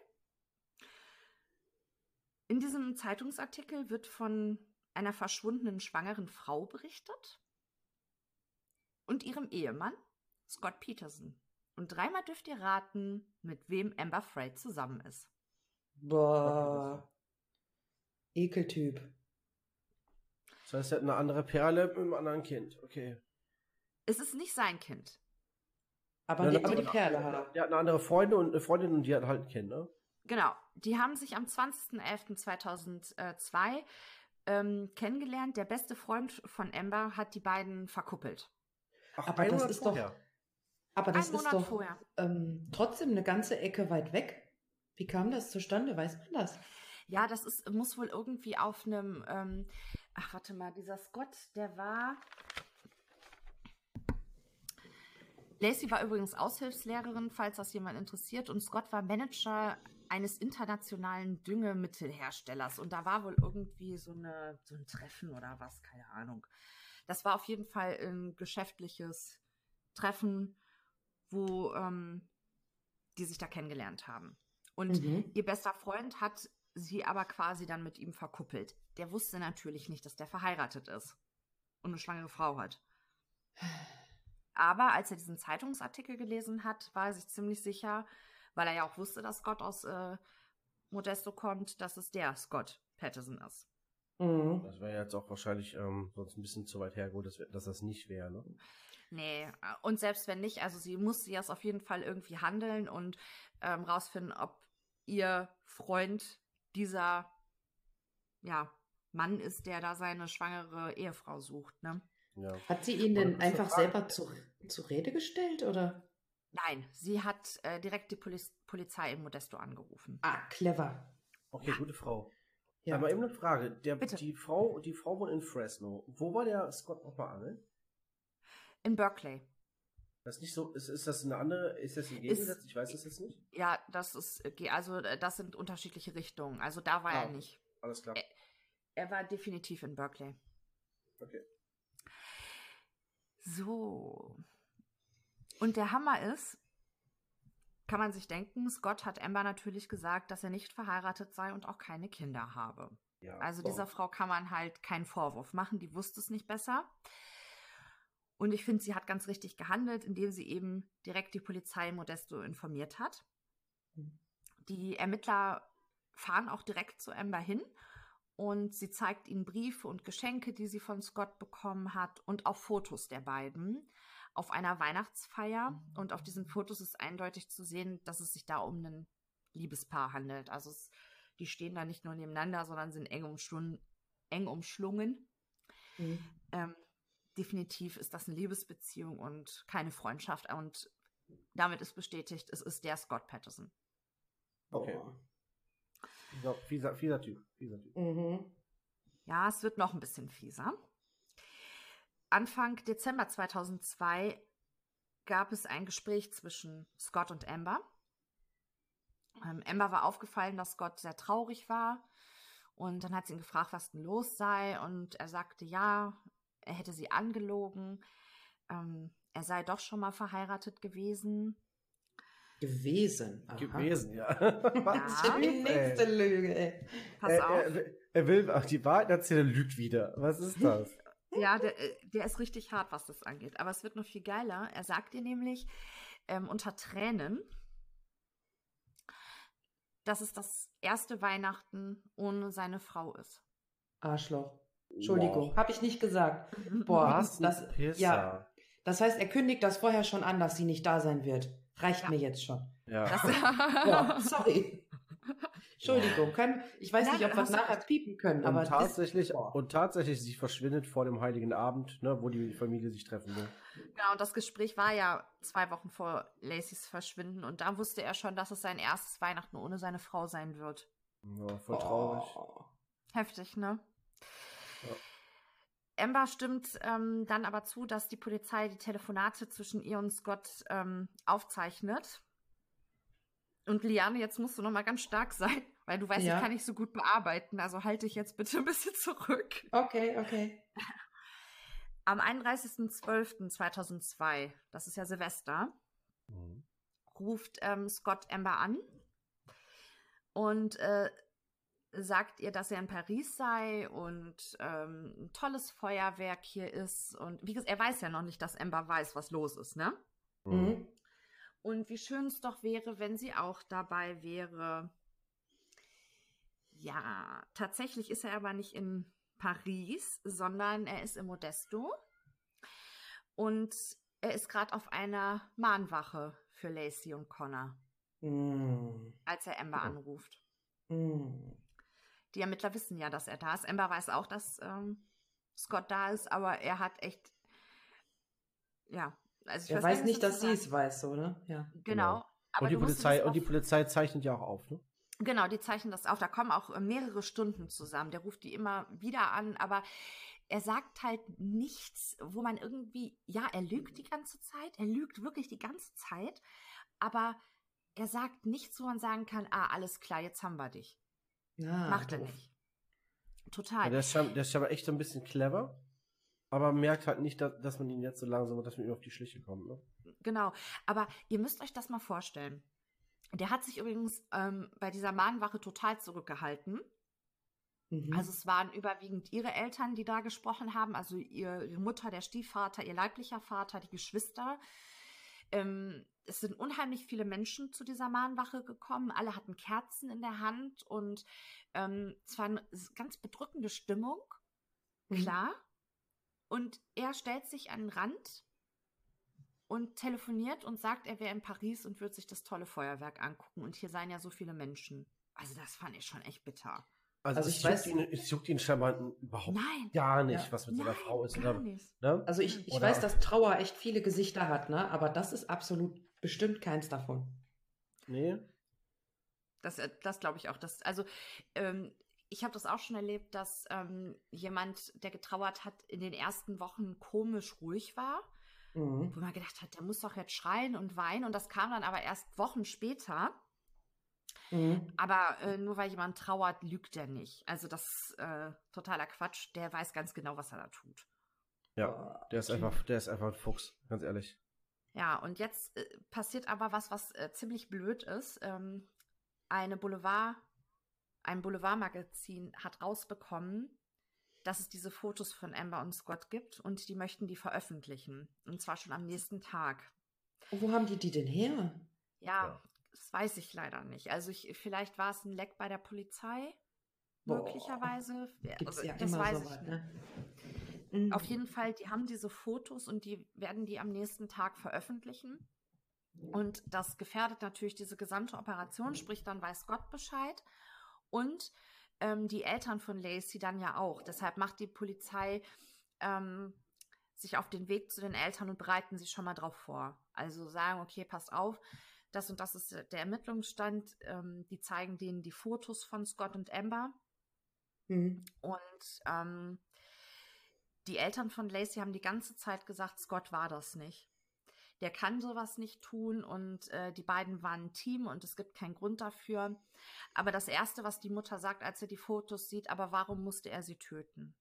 In diesem Zeitungsartikel wird von einer verschwundenen schwangeren Frau berichtet und ihrem Ehemann Scott Peterson. Und dreimal dürft ihr raten, mit wem Amber Frey zusammen ist. Boah. Ekeltyp. Das heißt, er hat eine andere Perle mit einem anderen Kind. Okay. Es ist nicht sein Kind. Aber, Ja, die, eine aber die andere- Perle hat er. Die hatten andere Freunde und eine Freundin und die hat halt ein Kind, ne? Genau, die haben sich am zwanzigsten elften zweitausendzwei ähm, kennengelernt. Der beste Freund von Amber hat die beiden verkuppelt. Ach, Aber ein das Monat ist vorher. doch, aber das Ein ist Monat doch vorher. ähm, trotzdem eine ganze Ecke weit weg. Wie kam das zustande? Weiß man das? Ja, das ist, muss wohl irgendwie auf einem, ähm, ach, warte mal, dieser Scott, der war. Lacey war übrigens Aushilfslehrerin, falls das jemand interessiert, und Scott war Manager eines internationalen Düngemittelherstellers. Und da war wohl irgendwie so, eine, so ein Treffen oder was, keine Ahnung. Das war auf jeden Fall ein geschäftliches Treffen, wo ähm, die sich da kennengelernt haben. Und Mhm. ihr bester Freund hat sie aber quasi dann mit ihm verkuppelt. Der wusste natürlich nicht, dass der verheiratet ist und eine schwangere Frau hat. Aber als er diesen Zeitungsartikel gelesen hat, war er sich ziemlich sicher, weil er ja auch wusste, dass Scott aus äh, Modesto kommt, dass es der Scott Patterson ist. Mhm. Das wäre jetzt auch wahrscheinlich ähm, sonst ein bisschen zu weit hergeholt, dass, wir- dass das nicht wäre, ne? Nee, und selbst wenn nicht, also sie musste jetzt auf jeden Fall irgendwie handeln und ähm, rausfinden, ob ihr Freund dieser ja, Mann ist, der da seine schwangere Ehefrau sucht, ne? Ja. Hat sie ihn Aber denn das ist eine einfach Frage. selber zu, zur Rede gestellt, oder? Nein, sie hat äh, direkt die Poliz Polizei in Modesto angerufen. Ah, clever. Okay, gute Frau. Ja. Aber eben eine Frage. Der, Bitte. die Frau, die Frau wohnt in Fresno. Wo war der Scott nochmal angeln? In Berkeley. Das ist nicht so, ist, ist das eine andere, ist das ein Gegensatz? Ich weiß das jetzt nicht. Ja, das ist, äh, also äh, das sind unterschiedliche Richtungen. Also da war Ah, er nicht. Alles klar. Ä- Er war definitiv in Berkeley. Okay. So. Und der Hammer ist, kann man sich denken, Scott hat Amber natürlich gesagt, dass er nicht verheiratet sei und auch keine Kinder habe. Ja, Also so. dieser Frau kann man halt keinen Vorwurf machen, die wusste es nicht besser. Und ich finde, sie hat ganz richtig gehandelt, indem sie eben direkt die Polizei in Modesto informiert hat. Die Ermittler fahren auch direkt zu Amber hin und sie zeigt ihnen Briefe und Geschenke, die sie von Scott bekommen hat und auch Fotos der beiden auf einer Weihnachtsfeier. Und auf diesen Fotos ist eindeutig zu sehen, dass es sich da um ein Liebespaar handelt. Also es, die stehen da nicht nur nebeneinander, sondern sind eng umschlungen. Eng umschlungen. Mhm. Ähm, definitiv ist das eine Liebesbeziehung und keine Freundschaft. Und damit ist bestätigt, es ist der Scott Patterson. Okay. Oh. So, fieser, fieser Typ. Fieser typ. Mhm. Ja, es wird noch ein bisschen fieser. Anfang Dezember zweitausendzwei gab es ein Gespräch zwischen Scott und Amber. Ähm, Amber war aufgefallen, dass Scott sehr traurig war. Und dann hat sie ihn gefragt, was denn los sei. Und er sagte, ja, er hätte sie angelogen. Ähm, er sei doch schon mal verheiratet gewesen. Gewesen. Aha. Gewesen, ja. Was für die nächste Lüge, ey. Pass er, auf. Er, er will auch die Wahrheit erzählen, lügt wieder. Was ist das? Ja, der, äh, der ist richtig hart, was das angeht. Aber es wird noch viel geiler. Er sagt ihr nämlich ähm, unter Tränen, dass es das erste Weihnachten ohne seine Frau ist. Arschloch. Entschuldigung, Wow. habe ich nicht gesagt. Boah, Was ein das, Pisser. ja, das heißt, er kündigt das vorher schon an, dass sie nicht da sein wird. Reicht Ja. mir jetzt schon. Ja. Das, Ja, sorry. Entschuldigung, kann, ich weiß Nein, nicht, ob wir es hast du nachher recht. piepen können, Und aber tatsächlich, das, boah. und tatsächlich, sie verschwindet vor dem Heiligen Abend, ne, wo die Familie sich treffen will. Genau, und das Gespräch war ja zwei Wochen vor Lacys Verschwinden und da wusste er schon, dass es sein erstes Weihnachten ohne seine Frau sein wird. Ja, voll traurig. Oh. Heftig, ne? Ja. Amber stimmt ähm, dann aber zu, dass die Polizei die Telefonate zwischen ihr und Scott ähm, aufzeichnet. Und Liane, jetzt musst du noch mal ganz stark sein, weil du weißt, Ja. ich kann nicht so gut bearbeiten, also halte dich jetzt bitte ein bisschen zurück. Okay, okay. Am einunddreißigsten zwölften zweitausendzwei, das ist ja Silvester, Mhm. ruft ähm, Scott Amber an und äh, sagt ihr, dass er in Paris sei und ähm, ein tolles Feuerwerk hier ist. Und wie gesagt, er weiß ja noch nicht, dass Amber weiß, was los ist, ne? Mhm. Und wie schön es doch wäre, wenn sie auch dabei wäre. Ja, tatsächlich ist er aber nicht in Paris, sondern er ist in Modesto. Und er ist gerade auf einer Mahnwache für Lacey und Connor, Mm. als er Amber anruft. Mm. Die Ermittler wissen ja, dass er da ist. Amber weiß auch, dass ähm, Scott da ist, aber er hat echt, ja, also ich Er weiß, weiß gar nicht, was dass zu sie es sagen. weiß, so, ne? Ja. Genau. Aber Und die du musst Polizei, es und die auf- Polizei zeichnet ja auch auf, ne? Genau, die zeichnen das auf. Da kommen auch äh, mehrere Stunden zusammen. Der ruft die immer wieder an, aber er sagt halt nichts, wo man irgendwie, ja, er lügt die ganze Zeit. Er lügt wirklich die ganze Zeit, aber er sagt nichts, wo man sagen kann, ah, alles klar, jetzt haben wir dich. Ah, Macht er doof. nicht. Total. Ja, der, ist scheinbar, der ist scheinbar echt so ein bisschen clever, aber merkt halt nicht, dass, dass man ihn jetzt so langsam, dass man ihm auf die Schliche kommt, ne? Genau, aber ihr müsst euch das mal vorstellen. Der hat sich übrigens ähm, bei dieser Mahnwache total zurückgehalten. Mhm. Also es waren überwiegend ihre Eltern, die da gesprochen haben, also ihr, ihre Mutter, der Stiefvater, ihr leiblicher Vater, die Geschwister. Ähm, es sind unheimlich viele Menschen zu dieser Mahnwache gekommen. Alle hatten Kerzen in der Hand und ähm, es war eine ganz bedrückende Stimmung, Mhm. klar. Und er stellt sich an den Rand und telefoniert und sagt, er wäre in Paris und würde sich das tolle Feuerwerk angucken. Und hier seien ja so viele Menschen. Also das fand ich schon echt bitter. Also, Also es, ich juckt weiß- ihn, es juckt ihn scheinbar überhaupt Nein. gar nicht, Ja. was mit seiner Nein, Frau ist. gar Oder, nicht. ne? Also ich, ich Oder- weiß, dass Trauer echt viele Gesichter hat, ne? Aber das ist absolut bestimmt keins davon. Nee? Das, äh, das glaube ich auch. Das, also, ähm, ich habe das auch schon erlebt, dass ähm, jemand, der getrauert hat, in den ersten Wochen komisch ruhig war. Mhm. Wo man gedacht hat, der muss doch jetzt schreien und weinen. Und das kam dann aber erst Wochen später. Mhm. Aber äh, nur weil jemand trauert, lügt er nicht. Also das ist äh, totaler Quatsch. Der weiß ganz genau, was er da tut. Ja, der ist einfach, der ist einfach ein Fuchs, ganz ehrlich. Ja, und jetzt äh, passiert aber was, was äh, ziemlich blöd ist. Ähm, eine Boulevard, ein Boulevardmagazin hat rausbekommen, dass es diese Fotos von Amber und Scott gibt und die möchten die veröffentlichen. Und zwar schon am nächsten Tag. Und wo haben die die denn her? Ja, Ja. das weiß ich leider nicht. Also ich, vielleicht war es ein Leck bei der Polizei, Boah. möglicherweise. Gibt's Also, ja das immer weiß so ich was, nicht. ne? Mhm. Auf jeden Fall, die haben diese Fotos und die werden die am nächsten Tag veröffentlichen. Und das gefährdet natürlich diese gesamte Operation, sprich dann weiß Gott Bescheid. Und ähm, die Eltern von Lacey dann ja auch. Deshalb macht die Polizei ähm, sich auf den Weg zu den Eltern und bereiten sich schon mal drauf vor. Also sagen, okay, passt auf, das und das ist der Ermittlungsstand. Ähm, die zeigen denen die Fotos von Scott und Amber. Mhm. Und ähm, die Eltern von Lacey haben die ganze Zeit gesagt, Scott war das nicht. Der kann sowas nicht tun und äh, die beiden waren ein Team und es gibt keinen Grund dafür. Aber das Erste, was die Mutter sagt, als sie die Fotos sieht, aber warum musste er sie töten?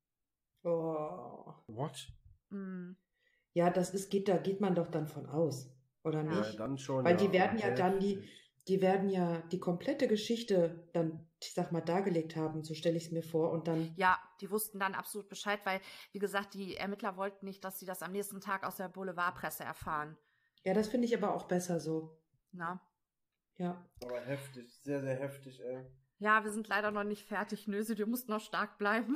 Oh. What? Hm, Ja, das ist, geht, da geht man doch dann von aus, oder Ja. Ja, nicht? dann schon. Weil ja, die werden aber ja dann die, heftig. die werden ja die komplette Geschichte dann, ich sag mal, dargelegt haben, so stelle ich es mir vor. Und dann, Ja, die wussten dann absolut Bescheid, weil, wie gesagt, die Ermittler wollten nicht, dass sie das am nächsten Tag aus der Boulevardpresse erfahren. ja, das finde ich aber auch besser so. Na? Ja. Aber heftig, sehr, sehr heftig, ey. Ja, wir sind leider noch nicht fertig, Nöse, du musst noch stark bleiben.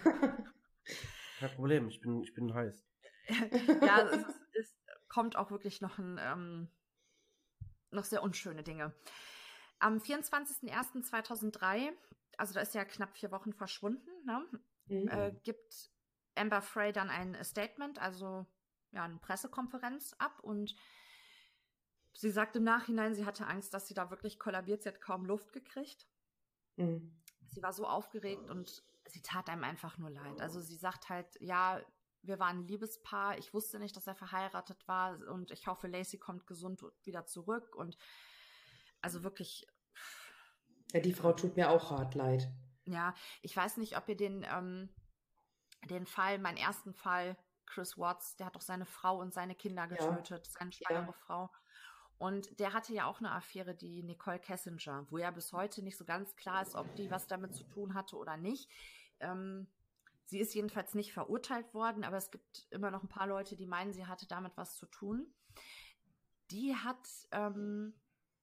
Kein Problem, ich bin, ich bin heiß. Ja, es, ist, es kommt auch wirklich noch ein, ähm, noch sehr unschöne Dinge. Am vierundzwanzigsten ersten zweitausenddrei, also da ist ja knapp vier Wochen verschwunden, ne, Mhm. äh, gibt Amber Frey dann ein Statement, also ja, eine Pressekonferenz ab und sie sagt im Nachhinein, sie hatte Angst, dass sie da wirklich kollabiert, sie hat kaum Luft gekriegt. Mhm. Sie war so aufgeregt und sie tat einem einfach nur leid. Also sie sagt halt, ja, wir waren ein Liebespaar, ich wusste nicht, dass er verheiratet war und ich hoffe, Lacey kommt gesund wieder zurück und also wirklich, Ja, die Frau tut mir auch hart leid. ja, ich weiß nicht, ob ihr den, ähm, den Fall, meinen ersten Fall, Chris Watts, der hat doch seine Frau und seine Kinder getötet, seine schwangere Ja. Frau. Und der hatte ja auch eine Affäre, die Nicole Kessinger, wo ja bis heute nicht so ganz klar ist, ob die was damit zu tun hatte oder nicht. Ähm, sie ist jedenfalls nicht verurteilt worden, aber es gibt immer noch ein paar Leute, die meinen, sie hatte damit was zu tun. Die hat, ähm,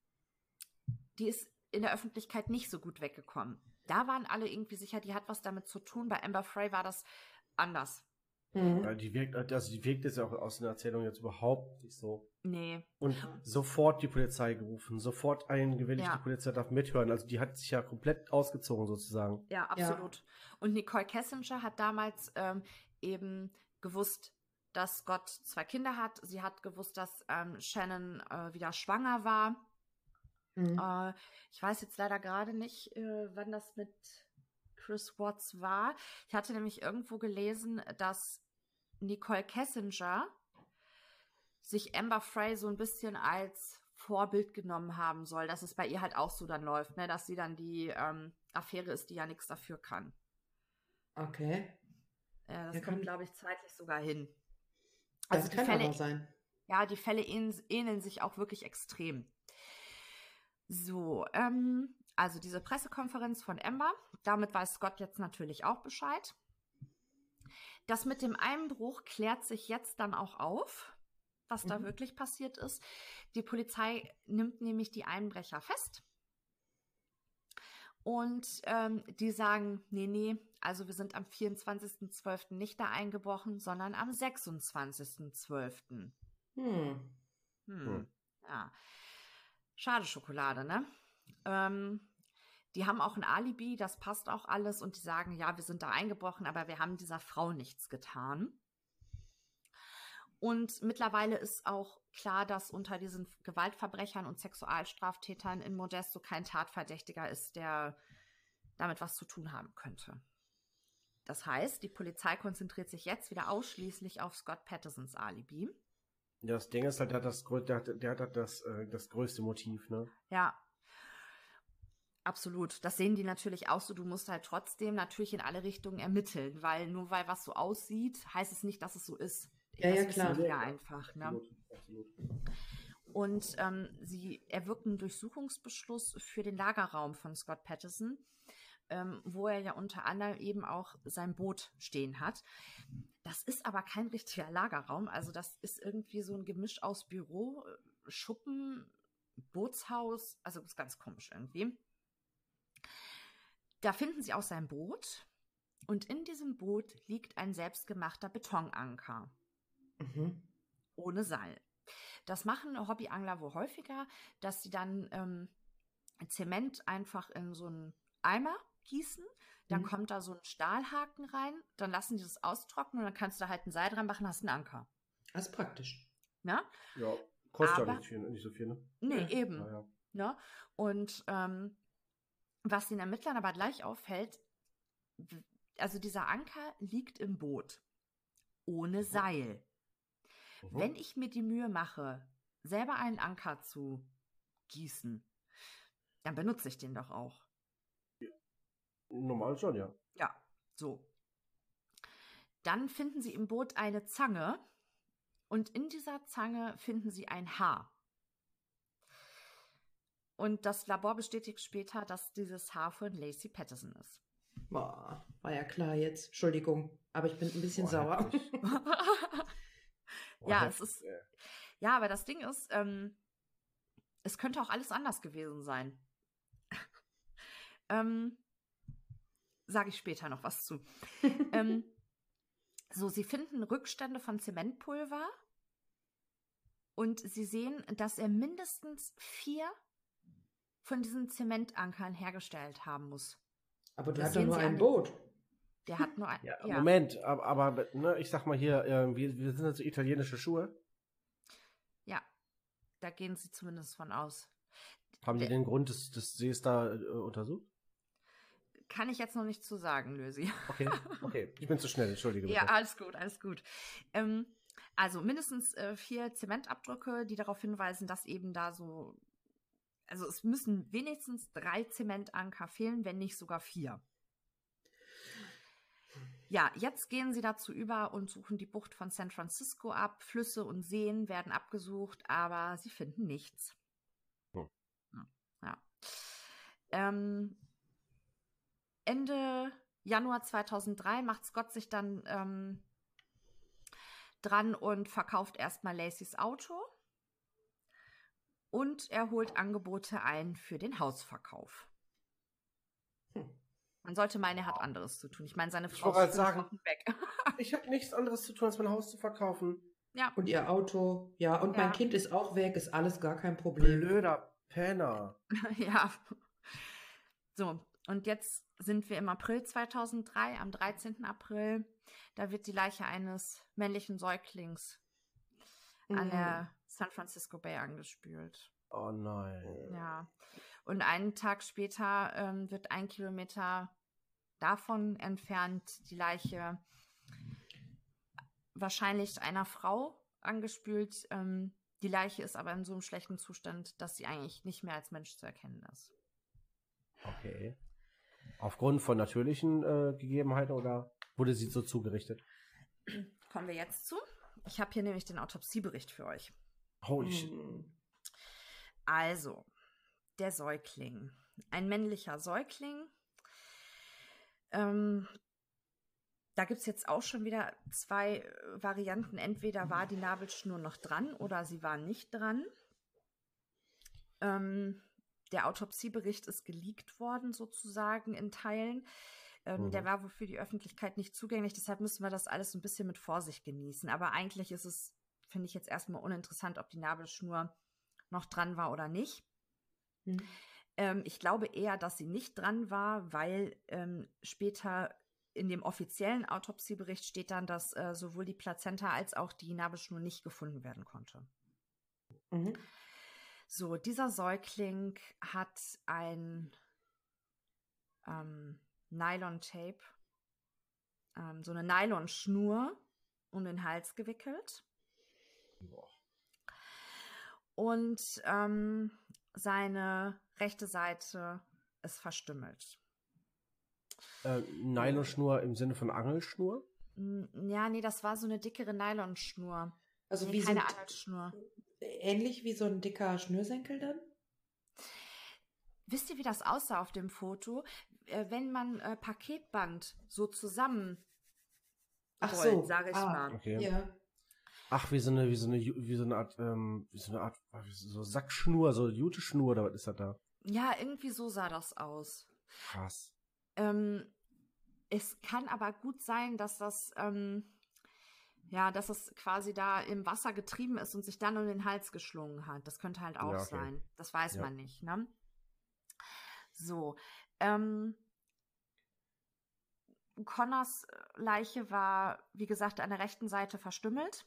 die ist in der Öffentlichkeit nicht so gut weggekommen. Da waren alle irgendwie sicher, die hat was damit zu tun. Bei Amber Frey war das anders. Mhm. Ja, die wirkt, also die wirkt jetzt ja auch aus der Erzählung jetzt überhaupt nicht so. Nee. Und sofort die Polizei gerufen, sofort eingewilligt, Ja. die Polizei darf mithören. Also die hat sich ja komplett ausgezogen sozusagen. Ja, absolut. Und Nicole Kessinger hat damals ähm, eben gewusst, dass Scott zwei Kinder hat. Sie hat gewusst, dass ähm, Shannon äh, wieder schwanger war. Mhm. Äh, ich weiß jetzt leider gerade nicht, äh, wann das mit Chris Watts war. Ich hatte nämlich irgendwo gelesen, dass Nicole Kessinger sich Amber Frey so ein bisschen als Vorbild genommen haben soll, dass es bei ihr halt auch so dann läuft, ne? Dass sie dann die ähm, Affäre ist, die ja nichts dafür kann. Okay. Äh, das Ja, kommt, kann- glaube ich, zeitlich sogar hin. Das Also die kann Fälle, aber sein. ja, die Fälle ähn- ähneln sich auch wirklich extrem. So, ähm, also diese Pressekonferenz von Amber, damit weiß Scott jetzt natürlich auch Bescheid. Das mit dem Einbruch klärt sich jetzt dann auch auf, was da Mhm. wirklich passiert ist. Die Polizei nimmt nämlich die Einbrecher fest. Und ähm, die sagen, nee, nee, also wir sind am vierundzwanzigsten zwölften nicht da eingebrochen, sondern am sechsundzwanzigsten zwölften Hm. Hm. Hm. Ja. Schade Schokolade, ne? Ähm, die haben auch ein Alibi, das passt auch alles und die sagen, ja, wir sind da eingebrochen, aber wir haben dieser Frau nichts getan. Und mittlerweile ist auch klar, dass unter diesen Gewaltverbrechern und Sexualstraftätern in Modesto kein Tatverdächtiger ist, der damit was zu tun haben könnte. Das heißt, die Polizei konzentriert sich jetzt wieder ausschließlich auf Scott Pattersons Alibi. Ja, das Ding ist halt, der hat das, grö- der hat, der hat das, äh, das größte Motiv, ne? Ja, absolut. Das sehen die natürlich auch so. Du musst halt trotzdem natürlich in alle Richtungen ermitteln, weil nur weil was so aussieht, heißt es nicht, dass es so ist. Ja, das ja, klar. wissen die ja einfach. Ne? Absolut, absolut. Und ähm, sie erwirken einen Durchsuchungsbeschluss für den Lagerraum von Scott Patterson, ähm, wo er ja unter anderem eben auch sein Boot stehen hat. Das ist aber kein richtiger Lagerraum. Also das ist irgendwie so ein Gemisch aus Büro, Schuppen, Bootshaus. Also das ist ganz komisch irgendwie. Da finden sie auch sein Boot. Und in diesem Boot liegt ein selbstgemachter Betonanker. Mhm. Ohne Seil. Das machen Hobbyangler wohl häufiger, dass sie dann ähm, Zement einfach in so einen Eimer gießen, dann Mhm. kommt da so ein Stahlhaken rein, dann lassen die das austrocknen und dann kannst du da halt ein Seil dran machen, hast einen Anker. Das ist praktisch. Ne? Ja, kostet Aber- ja nicht, viel, nicht so viel, ne? Nee, Ja. eben. Naja. Ne? Und ähm, was den Ermittlern aber gleich auffällt, w- also dieser Anker liegt im Boot. Ohne Seil. Mhm. Wenn ich mir die Mühe mache, selber einen Anker zu gießen, dann benutze ich den doch auch. Normal schon, ja. Ja, so. Dann finden sie im Boot eine Zange und in dieser Zange finden sie ein Haar. Und das Labor bestätigt später, dass dieses Haar von Lacey Patterson ist. Boah, war ja klar jetzt. Entschuldigung, aber ich bin ein bisschen Boah, sauer. heftig. Boah, Ja, heftig, es ist- ey. Ja, aber das Ding ist, ähm, es könnte auch alles anders gewesen sein. ähm, Sage ich später noch was zu. ähm, so, sie finden Rückstände von Zementpulver und sie sehen, dass er mindestens vier von diesen Zementankern hergestellt haben muss. Aber du Das hast doch sehen nur Sie an ein den- Boot. Der hat nur ein. Ja, ja. Moment, aber, aber ne, ich sag mal hier, äh, wir, wir sind jetzt so italienische Schuhe. Ja, da gehen sie zumindest von aus. Haben die Der- den Grund des, des Sees da äh, untersucht? Kann ich jetzt noch nicht zu sagen, Lösi. Okay, okay. Ich bin zu schnell, entschuldige bitte. Ja, alles gut, alles gut. Ähm, also mindestens äh, vier Zementabdrücke, die darauf hinweisen, dass eben da so, also es müssen wenigstens drei Zementanker fehlen, wenn nicht sogar vier. Ja, jetzt gehen sie dazu über und suchen die Bucht von San Francisco ab. Flüsse und Seen werden abgesucht, aber sie finden nichts. Hm. Ja. Ähm, Ende Januar zweitausenddrei macht Scott sich dann ähm, dran und verkauft erstmal Lacys Auto. Und er holt Angebote ein für den Hausverkauf. Hm. Man sollte meinen, er hat anderes zu tun. Ich meine, seine Ich Frau wollte ist gerade fünf sagen, Wochen weg. Ich habe nichts anderes zu tun, als mein Haus zu verkaufen. Ja. Und ihr Auto. Ja, und Ja. mein Kind ist auch weg. Ist alles gar kein Problem. Blöder Penner. Ja. So, und jetzt sind wir im April zweitausenddrei, am dreizehnten April. Da wird die Leiche eines männlichen Säuglings an Mhm. der San Francisco Bay angespült. Oh nein. Ja. Und einen Tag später ähm, wird ein Kilometer davon entfernt die Leiche wahrscheinlich einer Frau angespült. Ähm, die Leiche ist aber in so einem schlechten Zustand, dass sie eigentlich nicht mehr als Mensch zu erkennen ist. Okay. Aufgrund von natürlichen äh, Gegebenheiten oder wurde sie so zugerichtet? Kommen wir jetzt zu. Ich habe hier nämlich den Autopsiebericht für euch. Holy shit. Mhm. Also, der Säugling. Ein männlicher Säugling. Ähm, da gibt es jetzt auch schon wieder zwei äh, Varianten. Entweder war die Nabelschnur noch dran oder sie war nicht dran. Ähm, der Autopsiebericht ist geleakt worden, sozusagen in Teilen. Ähm, Mhm. Der war wohl für die Öffentlichkeit nicht zugänglich. Deshalb müssen wir das alles ein bisschen mit Vorsicht genießen. Aber eigentlich ist es, finde ich jetzt erstmal uninteressant, ob die Nabelschnur noch dran war oder nicht. Mhm. Ähm, ich glaube eher, dass sie nicht dran war, weil ähm, später in dem offiziellen Autopsiebericht steht dann, dass äh, sowohl die Plazenta als auch die Nabelschnur nicht gefunden werden konnte. Mhm. So, dieser Säugling hat ein ähm, Nylon-Tape, ähm, so eine Nylonschnur um den Hals gewickelt. Und ähm, seine rechte Seite ist verstümmelt. Äh, Nylonschnur im Sinne von Angelschnur? N- Ja, nee, das war so eine dickere Nylonschnur. Also Nee, wie so keine ein, Angelschnur. ähnlich wie so ein dicker Schnürsenkel dann? Wisst ihr, wie das aussah auf dem Foto? Äh, wenn man äh, Paketband so zusammen Ach rollt, so, sage ich ah, mal. Okay. Ja. Ach, wie so eine, wie so eine, Ju- wie so eine Art, ähm, wie so eine Art, wie so Sackschnur, so Juteschnur oder was ist das da? Ja, irgendwie so sah das aus. Krass. Ähm, es kann aber gut sein, dass das, ähm, ja, dass es quasi da im Wasser getrieben ist und sich dann um den Hals geschlungen hat. Das könnte halt auch Ja, okay. sein. Das weiß Ja. man nicht, ne? So, ähm, Connors Leiche war, wie gesagt, an der rechten Seite verstümmelt.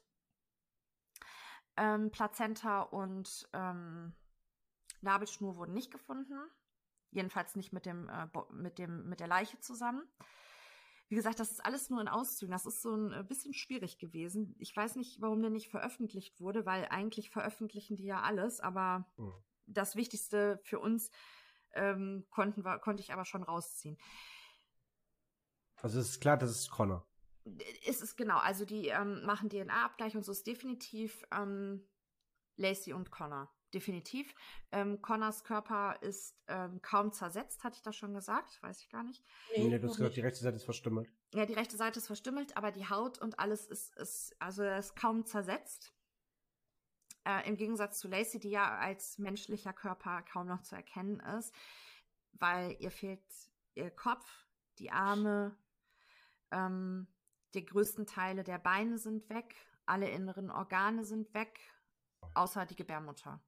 Ähm, Plazenta und ähm, Nabelschnur wurden nicht gefunden. Jedenfalls nicht mit dem, äh, Bo- mit dem, mit der Leiche zusammen. Wie gesagt, das ist alles nur in Auszügen. Das ist so ein äh, bisschen schwierig gewesen. Ich weiß nicht, warum der nicht veröffentlicht wurde, weil eigentlich veröffentlichen die ja alles, aber Mhm. das Wichtigste für uns ähm, konnten wir, konnte ich aber schon rausziehen. Also es ist klar, das ist Connor. Es ist genau, also die ähm, machen D N A-Abgleich und so ist definitiv ähm, Lacey und Connor. Definitiv. Ähm, Connors Körper ist ähm, kaum zersetzt, hatte ich das schon gesagt? Weiß ich gar nicht. Nee, du noch hast gesagt, nicht. die rechte Seite ist verstümmelt. Ja, die rechte Seite ist verstümmelt, aber die Haut und alles ist, ist also ist kaum zersetzt. Äh, Im Gegensatz zu Lacey, die ja als menschlicher Körper kaum noch zu erkennen ist, weil ihr fehlt ihr Kopf, die Arme, ähm, die größten Teile der Beine sind weg, alle inneren Organe sind weg, außer die Gebärmutter.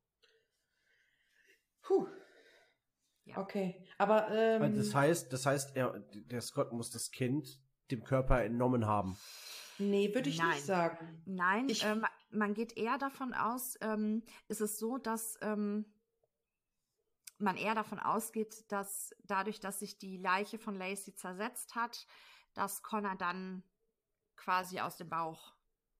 Puh. Ja. Okay, aber ähm, Also das heißt, das heißt, er, der Scott muss das Kind dem Körper entnommen haben. nee, würde ich Nein. nicht sagen. Nein, Ich- ähm, man geht eher davon aus, ähm, ist es so, dass ähm, man eher davon ausgeht, dass dadurch, dass sich die Leiche von Lacey zersetzt hat, dass Connor dann quasi aus dem Bauch.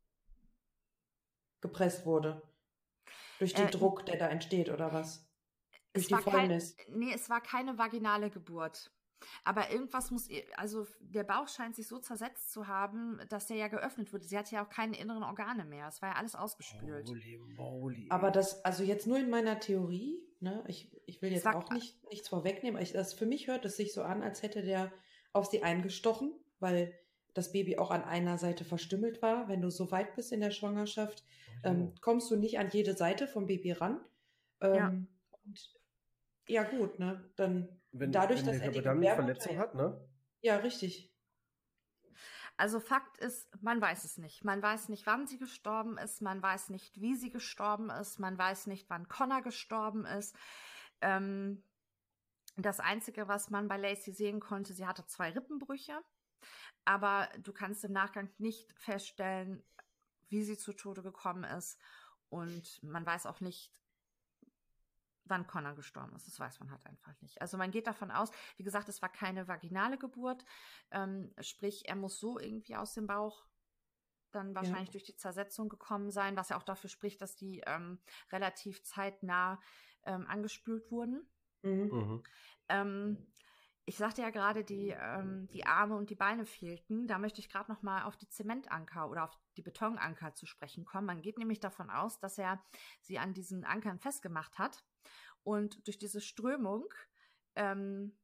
Gepresst wurde. Durch den Äh, Druck, der da entsteht, oder was? Durch Es die war, kein, Fäulnis. nee, es war keine vaginale Geburt. Aber irgendwas muss, ihr- also der Bauch scheint sich so zersetzt zu haben, dass der ja geöffnet wurde. Sie hatte ja auch keine inneren Organe mehr. Es war ja alles ausgespült. Holy moly. Aber das, also jetzt nur in meiner Theorie, ne, ich, ich will jetzt war- auch nicht, nichts vorwegnehmen, aber ich, das, für mich hört es sich so an, als hätte der auf sie eingestochen, weil das Baby auch an einer Seite verstümmelt war. Wenn du so weit bist in der Schwangerschaft, ähm, kommst du nicht an jede Seite vom Baby ran. Ähm, Ja. Und Ja gut, ne? Dann Wenn, dadurch, wenn dass der er die dann eine Gebärmutter... Verletzung hat, ne? Ja, richtig. Also Fakt ist, man weiß es nicht. Man weiß nicht, wann sie gestorben ist. Man weiß nicht, wie sie gestorben ist. Man weiß nicht, wann Connor gestorben ist. Ähm, das Einzige, was man bei Lacey sehen konnte, sie hatte zwei Rippenbrüche. Aber du kannst im Nachgang nicht feststellen, wie sie zu Tode gekommen ist. Und man weiß auch nicht, wann Connor gestorben ist. Das weiß man halt einfach nicht. Also man geht davon aus, wie gesagt, es war keine vaginale Geburt. Ähm, sprich, er muss so irgendwie aus dem Bauch dann wahrscheinlich ja. durch die Zersetzung gekommen sein, was ja auch dafür spricht, dass die ähm, relativ zeitnah ähm, angespült wurden. Mhm. Mhm. Ähm, ich sagte ja gerade, die, ähm, die Arme und die Beine fehlten. Da möchte ich gerade noch mal auf die Zementanker oder auf die Betonanker zu sprechen kommen. Man geht nämlich davon aus, dass er sie an diesen Ankern festgemacht hat. Und durch diese Strömung ähm,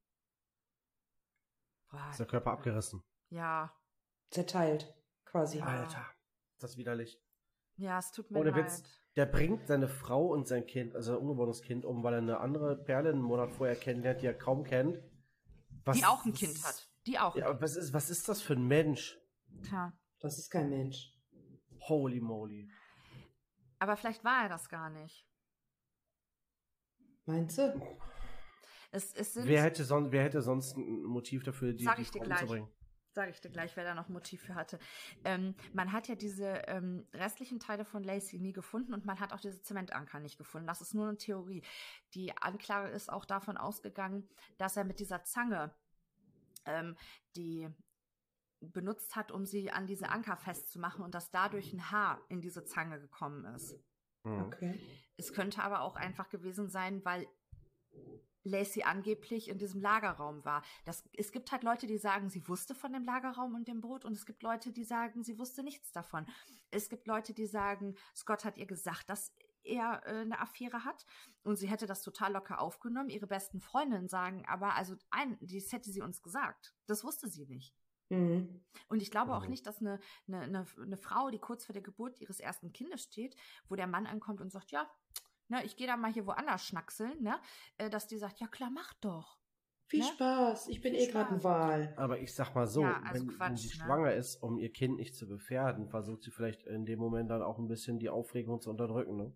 boah, ist der Körper abgerissen. Ja. Zerteilt, quasi. Ja. Alter, ist das widerlich. Ja, es tut mir Ohne leid. Witz, der bringt seine Frau und sein Kind, also ein ungeborenes Kind, um, weil er eine andere Perle einen Monat vorher kennenlernt, die er kaum kennt. Was, die auch ein Kind hat. Die auch. Ja, was ist, was ist das für ein Mensch? Tja. Das ist kein Mensch. Holy moly. Aber vielleicht war er das gar nicht. Meinst du? Es, es sind, Wer hätte, son wer hätte sonst ein Motiv dafür, die, Sag die ich dir Frau gleich. umzubringen? Sage ich dir gleich, wer da noch ein Motiv für hatte. Ähm, man hat ja diese ähm, restlichen Teile von Lacey nie gefunden und man hat auch diese Zementanker nicht gefunden. Das ist nur eine Theorie. Die Anklage ist auch davon ausgegangen, dass er mit dieser Zange, ähm, die benutzt hat, um sie an diese Anker festzumachen und dass dadurch ein Haar in diese Zange gekommen ist. Okay. Es könnte aber auch einfach gewesen sein, weil Lacey angeblich in diesem Lagerraum war. Das, es gibt halt Leute, die sagen, sie wusste von dem Lagerraum und dem Boot und es gibt Leute, die sagen, sie wusste nichts davon. Es gibt Leute, die sagen, Scott hat ihr gesagt, dass er äh, eine Affäre hat und sie hätte das total locker aufgenommen. Ihre besten Freundinnen sagen aber, also ein, das hätte sie uns gesagt. Das wusste sie nicht. Mhm. Und ich glaube auch Mhm. nicht, dass eine, eine, eine, eine Frau, die kurz vor der Geburt ihres ersten Kindes steht, wo der Mann ankommt und sagt, ja, ne, ich gehe da mal hier woanders schnackseln, ne, äh, dass die sagt, ja klar, mach doch. Viel Ne? Spaß, ich bin Viel eh gerade ein Spaß. Wal. Aber ich sag mal so, Ja, also wenn, wenn Quatsch, sie ne? schwanger ist, um ihr Kind nicht zu gefährden, versucht sie vielleicht in dem Moment dann auch ein bisschen die Aufregung zu unterdrücken, ne?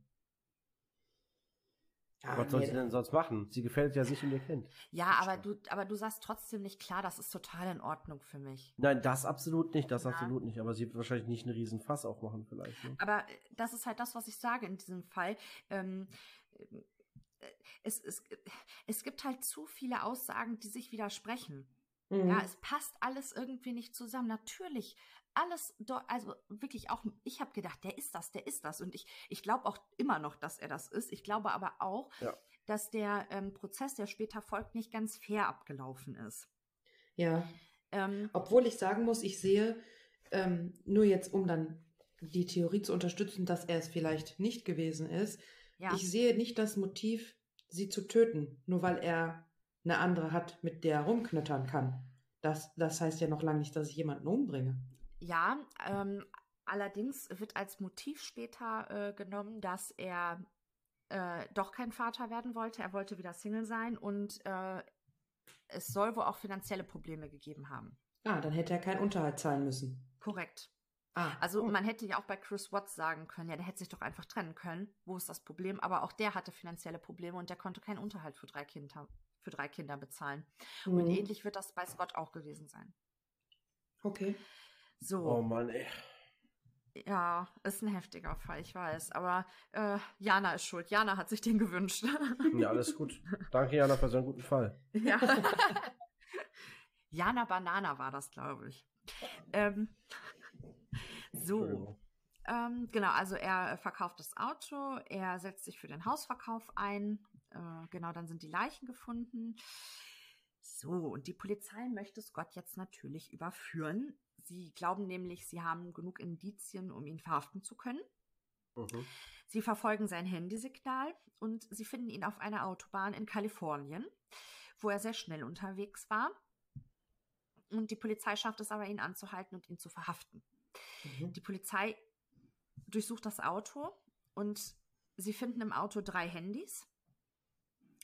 Ja, Was soll nee, sie denn sonst machen? Sie gefährdet ja sich und ihr Kind. Ja, aber du, aber du sagst trotzdem nicht klar, das ist total in Ordnung für mich. Nein, das absolut nicht, das Ja. absolut nicht. Aber sie wird wahrscheinlich nicht einen riesen Fass aufmachen vielleicht, ne? Aber äh, das ist halt das, was ich sage in diesem Fall. Ähm, äh, es, es, es gibt halt zu viele Aussagen, die sich widersprechen. Mhm. Ja, es passt alles irgendwie nicht zusammen. Natürlich, alles, do- also wirklich auch, ich habe gedacht, der ist das, der ist das. Und ich, ich glaube auch immer noch, dass er das ist. Ich glaube aber auch, Ja. dass der ähm, Prozess, der später folgt, nicht ganz fair abgelaufen ist. Ja. Ähm, Obwohl ich sagen muss, ich sehe, ähm, nur jetzt, um dann die Theorie zu unterstützen, dass er es vielleicht nicht gewesen ist, ja. ich sehe nicht das Motiv, sie zu töten, nur weil er eine andere hat, mit der er rumknöttern kann. Das, das heißt ja noch lange nicht, dass ich jemanden umbringe. Ja, ähm, allerdings wird als Motiv später äh, genommen, dass er äh, doch kein Vater werden wollte. Er wollte wieder Single sein und äh, es soll wohl auch finanzielle Probleme gegeben haben. Ah, dann hätte er keinen Unterhalt zahlen müssen. Korrekt. Ah, Also oh. man hätte ja auch bei Chris Watts sagen können, ja, der hätte sich doch einfach trennen können. Wo ist das Problem? Aber auch der hatte finanzielle Probleme und der konnte keinen Unterhalt für drei Kinder, für drei Kinder bezahlen. Mhm. Und ähnlich wird das bei Scott auch gewesen sein. Okay. So. Oh Mann, ey. Ja, ist ein heftiger Fall, ich weiß. Aber äh, Jana ist schuld. Jana hat sich den gewünscht. Ja, alles gut. Danke, Jana, für so einen guten Fall. Ja. Jana Banana war das, glaube ich. Ähm, so. Entschuldigung. Ähm, genau, also er verkauft das Auto, er setzt sich für den Hausverkauf ein. Äh, genau, dann sind die Leichen gefunden. So, und die Polizei möchte Scott jetzt natürlich überführen. Sie glauben nämlich, sie haben genug Indizien, um ihn verhaften zu können. Mhm. Sie verfolgen sein Handysignal und sie finden ihn auf einer Autobahn in Kalifornien, wo er sehr schnell unterwegs war. Und die Polizei schafft es aber, ihn anzuhalten und ihn zu verhaften. Mhm. Die Polizei durchsucht das Auto und sie finden im Auto drei Handys.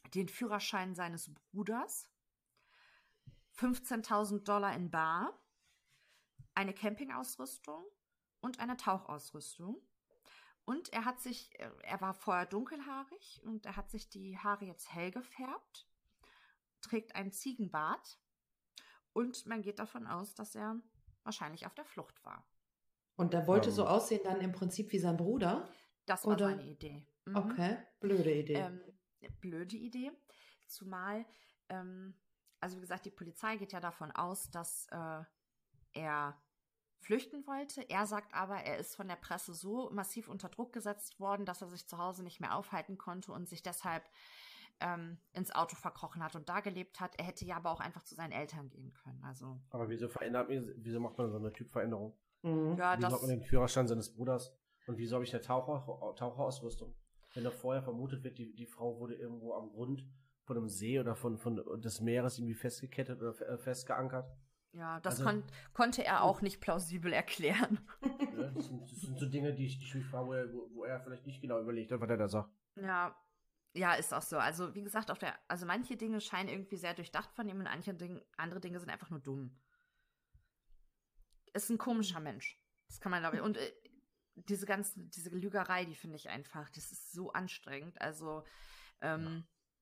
den Führerschein seines Bruders, fünfzehntausend Dollar in bar, eine Campingausrüstung und eine Tauchausrüstung. Und er hat sich, er war vorher dunkelhaarig und er hat sich die Haare jetzt hell gefärbt, trägt einen Ziegenbart und man geht davon aus, dass er wahrscheinlich auf der Flucht war. Und der wollte Ähm. so aussehen dann im Prinzip wie sein Bruder? Das war Oder? seine Idee. Mhm. Okay, blöde Idee. Ähm, blöde Idee. Zumal, ähm, also wie gesagt, die Polizei geht ja davon aus, dass äh, er flüchten wollte. Er sagt aber, er ist von der Presse so massiv unter Druck gesetzt worden, dass er sich zu Hause nicht mehr aufhalten konnte und sich deshalb ähm, ins Auto verkrochen hat und da gelebt hat. Er hätte ja aber auch einfach zu seinen Eltern gehen können. Also Aber wieso verändert man, wieso macht man so eine Typveränderung? Mhm. ja, Wieso das hat man den Führerschein seines Bruders? Und wieso habe ich eine Taucher, Taucherausrüstung? Wenn da vorher vermutet wird, die, die Frau wurde irgendwo am Grund von einem See oder von, von des Meeres irgendwie festgekettet oder äh, festgeankert. ja, das Also- kon konnte er auch nicht plausibel erklären. Ne? Das, sind, das sind so Dinge, die ich, die ich mich frage, wo er, wo, wo er vielleicht nicht genau überlegt hat, was er da sagt. Ja, ja, ist auch so. Also wie gesagt, auf der, also manche Dinge scheinen irgendwie sehr durchdacht von ihm und manche Dinge, andere Dinge sind einfach nur dumm. Ist ein komischer Mensch. Das kann man, glaube ich. Und äh, diese ganze, diese Lügerei, die finde ich einfach, das ist so anstrengend. Also ähm,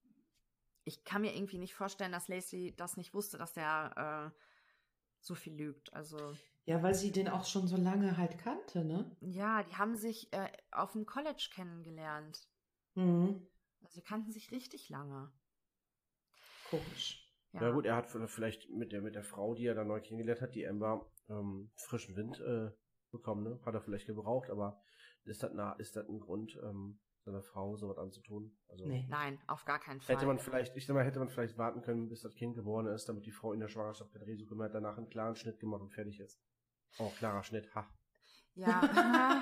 ich kann mir irgendwie nicht vorstellen, dass Lacey das nicht wusste, dass der äh, so viel lügt. Also Ja, weil sie den auch schon so lange halt kannte, ne? ja, die haben sich äh, auf dem College kennengelernt. Mhm. Also sie kannten sich richtig lange. Komisch. Ja. gut, er hat vielleicht mit der, mit der Frau, die er dann neu kennengelernt hat, die Amber, ähm, frischen Wind äh, bekommen, ne? Hat er vielleicht gebraucht, aber ist das, na, ist das ein Grund, ähm, seiner Frau sowas anzutun? Also Nee. Nein, auf gar keinen Fall. hätte man vielleicht, ich sag mal, hätte man vielleicht warten können, bis das Kind geboren ist, damit die Frau in der Schwangerschaft kein Risiko mehr hat, danach einen klaren Schnitt gemacht und fertig ist. Oh, klarer Schnitt, ha. Ja.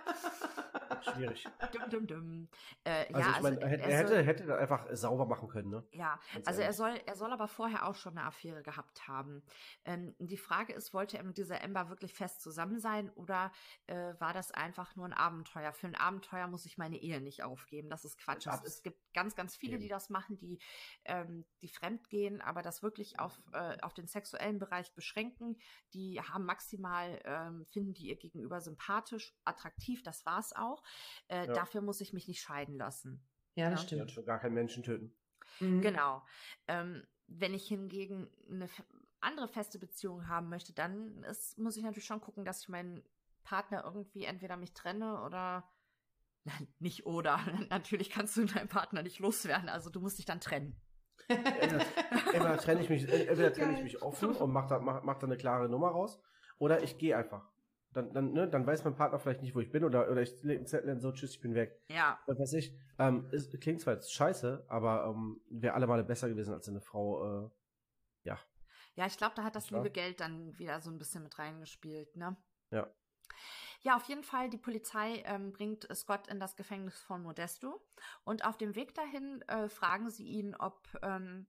Schwierig. Dum, dum, dum. Äh, Also ja, ich meine, also er, hätte- er er soll- hätte, hätte das einfach sauber machen können, ne? Ja, Ganz also er ehrlich. soll, er soll aber vorher auch schon eine Affäre gehabt haben. Ähm, die Frage ist, wollte er mit dieser Amber wirklich fest zusammen sein oder äh, war das einfach nur ein Abenteuer? Für ein Abenteuer muss ich meine Ehe nicht aufgeben. Das ist Quatsch. Es, Abs- es gibt ganz, ganz viele, Eben. die das machen, die, ähm, die fremd gehen, aber das wirklich auf, äh, auf den sexuellen Bereich beschränken. Die haben maximal, ähm, finden die ihr Gegenüber sympathisch, attraktiv, das war's auch. Äh, Ja. Dafür muss ich mich nicht scheiden lassen. Ja, das Ja. Die stimmt. hat schon gar keinen Menschen töten. Mhm. Genau. Ähm, wenn ich hingegen eine f- andere feste Beziehung haben möchte, dann ist, muss ich natürlich schon gucken, dass ich meinen Partner irgendwie entweder mich trenne oder nein, nicht oder. Natürlich kannst du deinen Partner nicht loswerden, also du musst dich dann trennen. Entweder, entweder trenne ich mich, entweder trenne ich Geil. mich offen und mache da, mach, mach da eine klare Nummer raus, oder ich gehe einfach. Dann, dann, ne, dann weiß mein Partner vielleicht nicht, wo ich bin, oder, oder ich lege einen Zettel hin, so, tschüss, ich bin weg. Ja, Was weiß ich. Ähm, es klingt zwar jetzt scheiße, aber ähm, wäre allemal besser gewesen als eine Frau, äh, ja. ja, ich glaube, da hat das Klar. liebe Geld dann wieder so ein bisschen mit reingespielt, ne? Ja. Ja, auf jeden Fall, die Polizei ähm, bringt Scott in das Gefängnis von Modesto und auf dem Weg dahin äh, fragen sie ihn, ob ähm,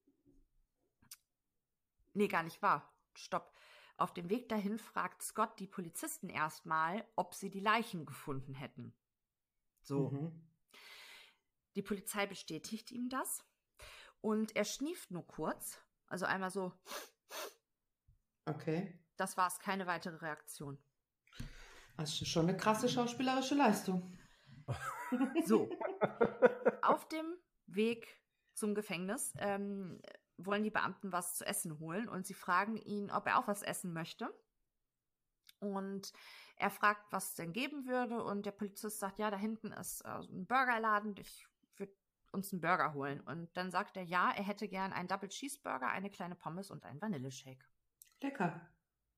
nee, gar nicht wahr. Stopp. Auf dem Weg dahin fragt Scott die Polizisten erstmal, ob sie die Leichen gefunden hätten. So. Mhm. Die Polizei bestätigt ihm das und er schnieft nur kurz, also einmal so, Okay. das war's, keine weitere Reaktion. Das ist schon eine krasse schauspielerische Leistung. So, auf dem Weg zum Gefängnis ähm, wollen die Beamten was zu essen holen und sie fragen ihn, ob er auch was essen möchte. Und er fragt, was es denn geben würde und der Polizist sagt, ja, da hinten ist äh, so ein Burgerladen, ich würde uns einen Burger holen. Und dann sagt er, ja, er hätte gern einen Double Cheeseburger, eine kleine Pommes und einen Vanilleshake. Lecker.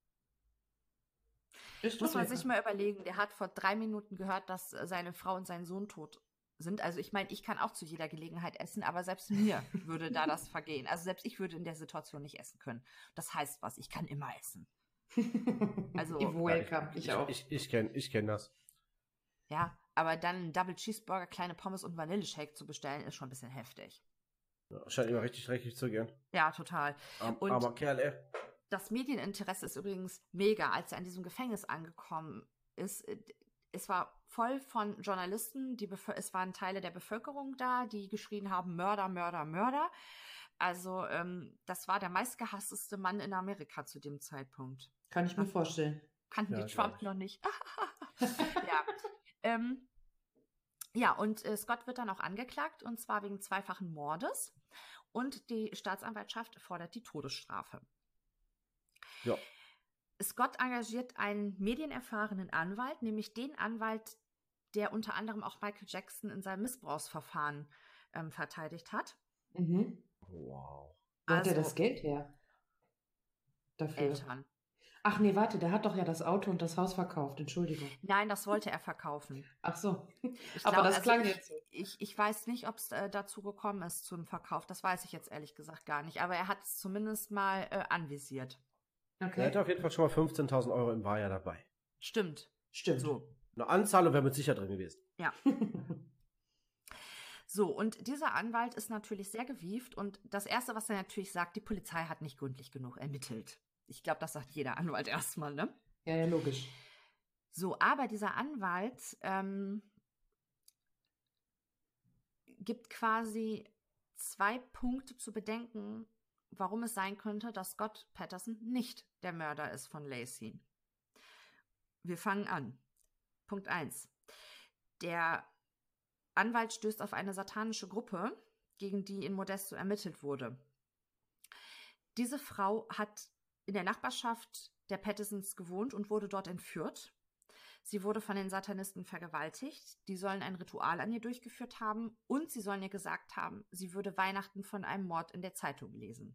Ist Muss doch man lecker. sich mal überlegen, der hat vor drei Minuten gehört, dass äh, seine Frau und sein Sohn tot sind. Also ich meine, ich kann auch zu jeder Gelegenheit essen, aber selbst mir würde da das vergehen. Also selbst ich würde in der Situation nicht essen können. Das heißt was, ich kann immer essen. Also- You're welcome. Ich, ich, auch. Ich, ich kenne ich kenn das. Ja, aber dann einen Double Cheeseburger, kleine Pommes und Vanilleshake zu bestellen, ist schon ein bisschen heftig. Ja, scheint immer richtig dreckig zu gehen. Ja, total. Arm, Und- armer Kerl, ey. Das Medieninteresse ist übrigens mega. Als er an diesem Gefängnis angekommen ist, äh, es war voll von Journalisten, die Bevö- es waren Teile der Bevölkerung da, die geschrien haben, Mörder, Mörder, Mörder. Also ähm, das war der meistgehassteste Mann in Amerika zu dem Zeitpunkt. Kann ich mir vorstellen. Kannten Ja, die Trump glaub ich. noch nicht. ja. Ähm, ja, und äh, Scott wird dann auch angeklagt, und zwar wegen zweifachen Mordes. Und die Staatsanwaltschaft fordert die Todesstrafe. Ja. Scott engagiert einen medienerfahrenen Anwalt, nämlich den Anwalt, der unter anderem auch Michael Jackson in seinem Missbrauchsverfahren ähm, verteidigt hat. Mhm. Wow. Wo hat er Also- das Geld her? Dafür. Eltern. Ach nee, warte, der hat doch ja das Auto und das Haus verkauft. Entschuldigung. Nein, das wollte er verkaufen. Ach so. Ich Aber glaub, das also klang ich, jetzt so. Ich, ich weiß nicht, ob es äh, dazu gekommen ist zum Verkauf. Das weiß ich jetzt ehrlich gesagt gar nicht. Aber er hat es zumindest mal äh, anvisiert. Er Okay. hätte auf jeden Fall schon mal fünfzehntausend Euro im Wahrjahr dabei. Stimmt. Stimmt. So. Eine Anzahlung wäre mit Sicherheit drin gewesen. Ja. So, und dieser Anwalt ist natürlich sehr gewieft. Und das Erste, was er natürlich sagt, die Polizei hat nicht gründlich genug ermittelt. Ich glaube, das sagt jeder Anwalt erstmal, ne? Ja, ja, logisch. So, aber dieser Anwalt ähm, gibt quasi zwei Punkte zu bedenken, warum es sein könnte, dass Scott Patterson nicht der Mörder ist von Lacey. Wir fangen an. Punkt eins. Der Anwalt stößt auf eine satanische Gruppe, gegen die in Modesto ermittelt wurde. Diese Frau hat in der Nachbarschaft der Pattersons gewohnt und wurde dort entführt. Sie wurde von den Satanisten vergewaltigt. Die sollen ein Ritual an ihr durchgeführt haben und sie sollen ihr gesagt haben, sie würde Weihnachten von einem Mord in der Zeitung lesen.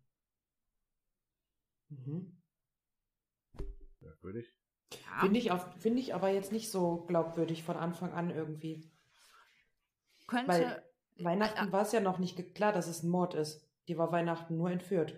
Mhm. Merkwürdig. Ja. Finde ich, auf- finde ich aber jetzt nicht so glaubwürdig von Anfang an irgendwie. Könnte. Weil Weihnachten äh, war es ja noch nicht ge- klar, dass es ein Mord ist. Die war Weihnachten nur entführt.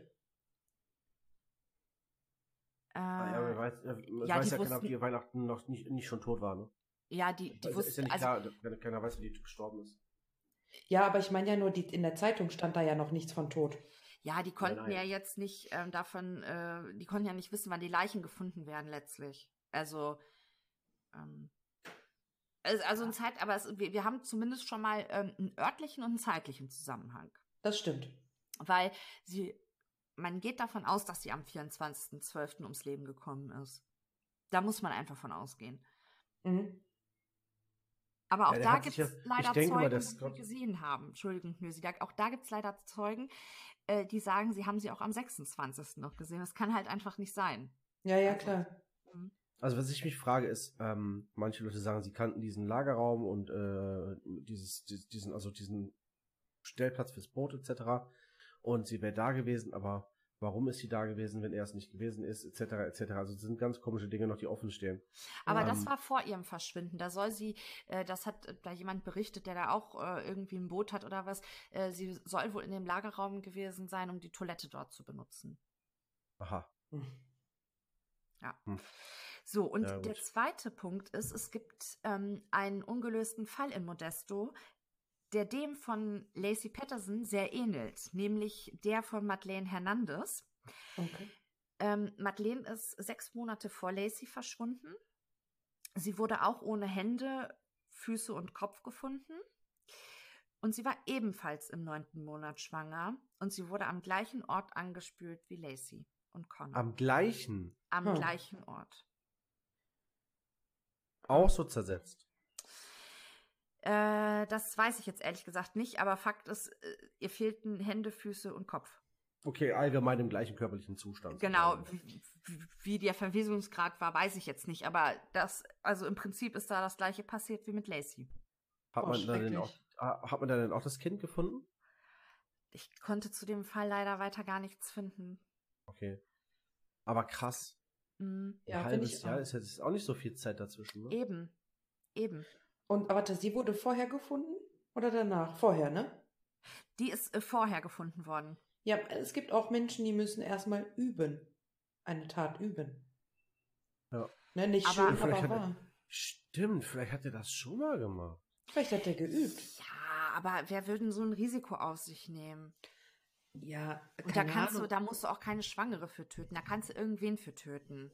Äh, Ah, ja, man weiß, äh, man ja, weiß die ja keiner, ob wussten- die Weihnachten noch nicht, nicht schon tot war, ne? ja, die, die Also, wussten. ist ja nicht also, klar, keiner, keiner weiß, wie die gestorben ist. Ja, aber ich meine ja nur, die, in der Zeitung stand da ja noch nichts von tot. Ja, die konnten nein. ja jetzt nicht ähm, davon, äh, die konnten ja nicht wissen, wann die Leichen gefunden werden letztlich. Also, ähm, also, also ein Zeit, aber es, wir, wir haben zumindest schon mal ähm, einen örtlichen und einen zeitlichen Zusammenhang. Das stimmt. Weil sie, man geht davon aus, dass sie am vierundzwanzigsten zwölften ums Leben gekommen ist. Da muss man einfach von ausgehen. Mhm. Aber auch Ja, der da hat gibt sich es ja- leider ich denke Zeugen, mal, dass die Scott- gesehen haben. Entschuldigung, Nösi, da- auch da gibt es leider Zeugen, äh, die sagen, sie haben sie auch am sechsundzwanzigsten noch gesehen. Das kann halt einfach nicht sein. Ja, ja, Also- klar. Also was ich mich frage ist, ähm, manche Leute sagen, sie kannten diesen Lagerraum und äh, dieses, dies- diesen, also diesen Stellplatz fürs Boot et cetera. Und sie wäre da gewesen, aber warum ist sie da gewesen, wenn er es nicht gewesen ist, et cetera et cetera. Also es sind ganz komische Dinge noch, die offen stehen. Aber Ähm, das war vor ihrem Verschwinden. Da soll sie, äh, das hat äh, da jemand berichtet, der da auch äh, irgendwie ein Boot hat oder was. Äh, sie soll wohl in dem Lagerraum gewesen sein, um die Toilette dort zu benutzen. Aha. Ja. Hm. So, und Ja, gut. der zweite Punkt ist, es gibt ähm, einen ungelösten Fall in Modesto, der dem von Lacey Patterson sehr ähnelt, nämlich der von Madeleine Hernandez. Okay. Ähm, Madeleine ist sechs Monate vor Lacey verschwunden. Sie wurde auch ohne Hände, Füße und Kopf gefunden. Und sie war ebenfalls im neunten Monat schwanger. Und sie wurde am gleichen Ort angespült wie Lacey und Connor. Am gleichen, Am Hm. gleichen Ort. auch so zersetzt. Äh, das weiß ich jetzt ehrlich gesagt nicht, aber Fakt ist, äh, ihr fehlten Hände, Füße und Kopf. Okay, allgemein im gleichen körperlichen Zustand. Genau, wie, wie- wie der Verwesungsgrad war, weiß ich jetzt nicht, aber das, also im Prinzip ist da das gleiche passiert wie mit Lacey. Hat Oh, man, da denn auch, schrecklich. ah, hat man da denn auch das Kind gefunden? Ich konnte zu dem Fall leider weiter gar nichts finden. Okay. Aber krass. Mhm. Ein Ja, finde halbes ich Jahr auch. ist jetzt auch nicht so viel Zeit dazwischen, ne? Eben, eben. Und aber warte, sie wurde vorher gefunden oder danach? Vorher, ne? Die ist äh, vorher gefunden worden. Ja, es gibt auch Menschen, die müssen erstmal üben. Eine Tat üben. Ja. Ne, nicht Aber- schön, Vielleicht aber hat er- wahr. Stimmt, vielleicht hat er das schon mal gemacht. Vielleicht hat er geübt. Ja, aber wer würde denn so ein Risiko auf sich nehmen? Ja, Und da keine kannst du, Ahnung. da musst du auch keine Schwangere für töten. Da kannst du irgendwen für töten.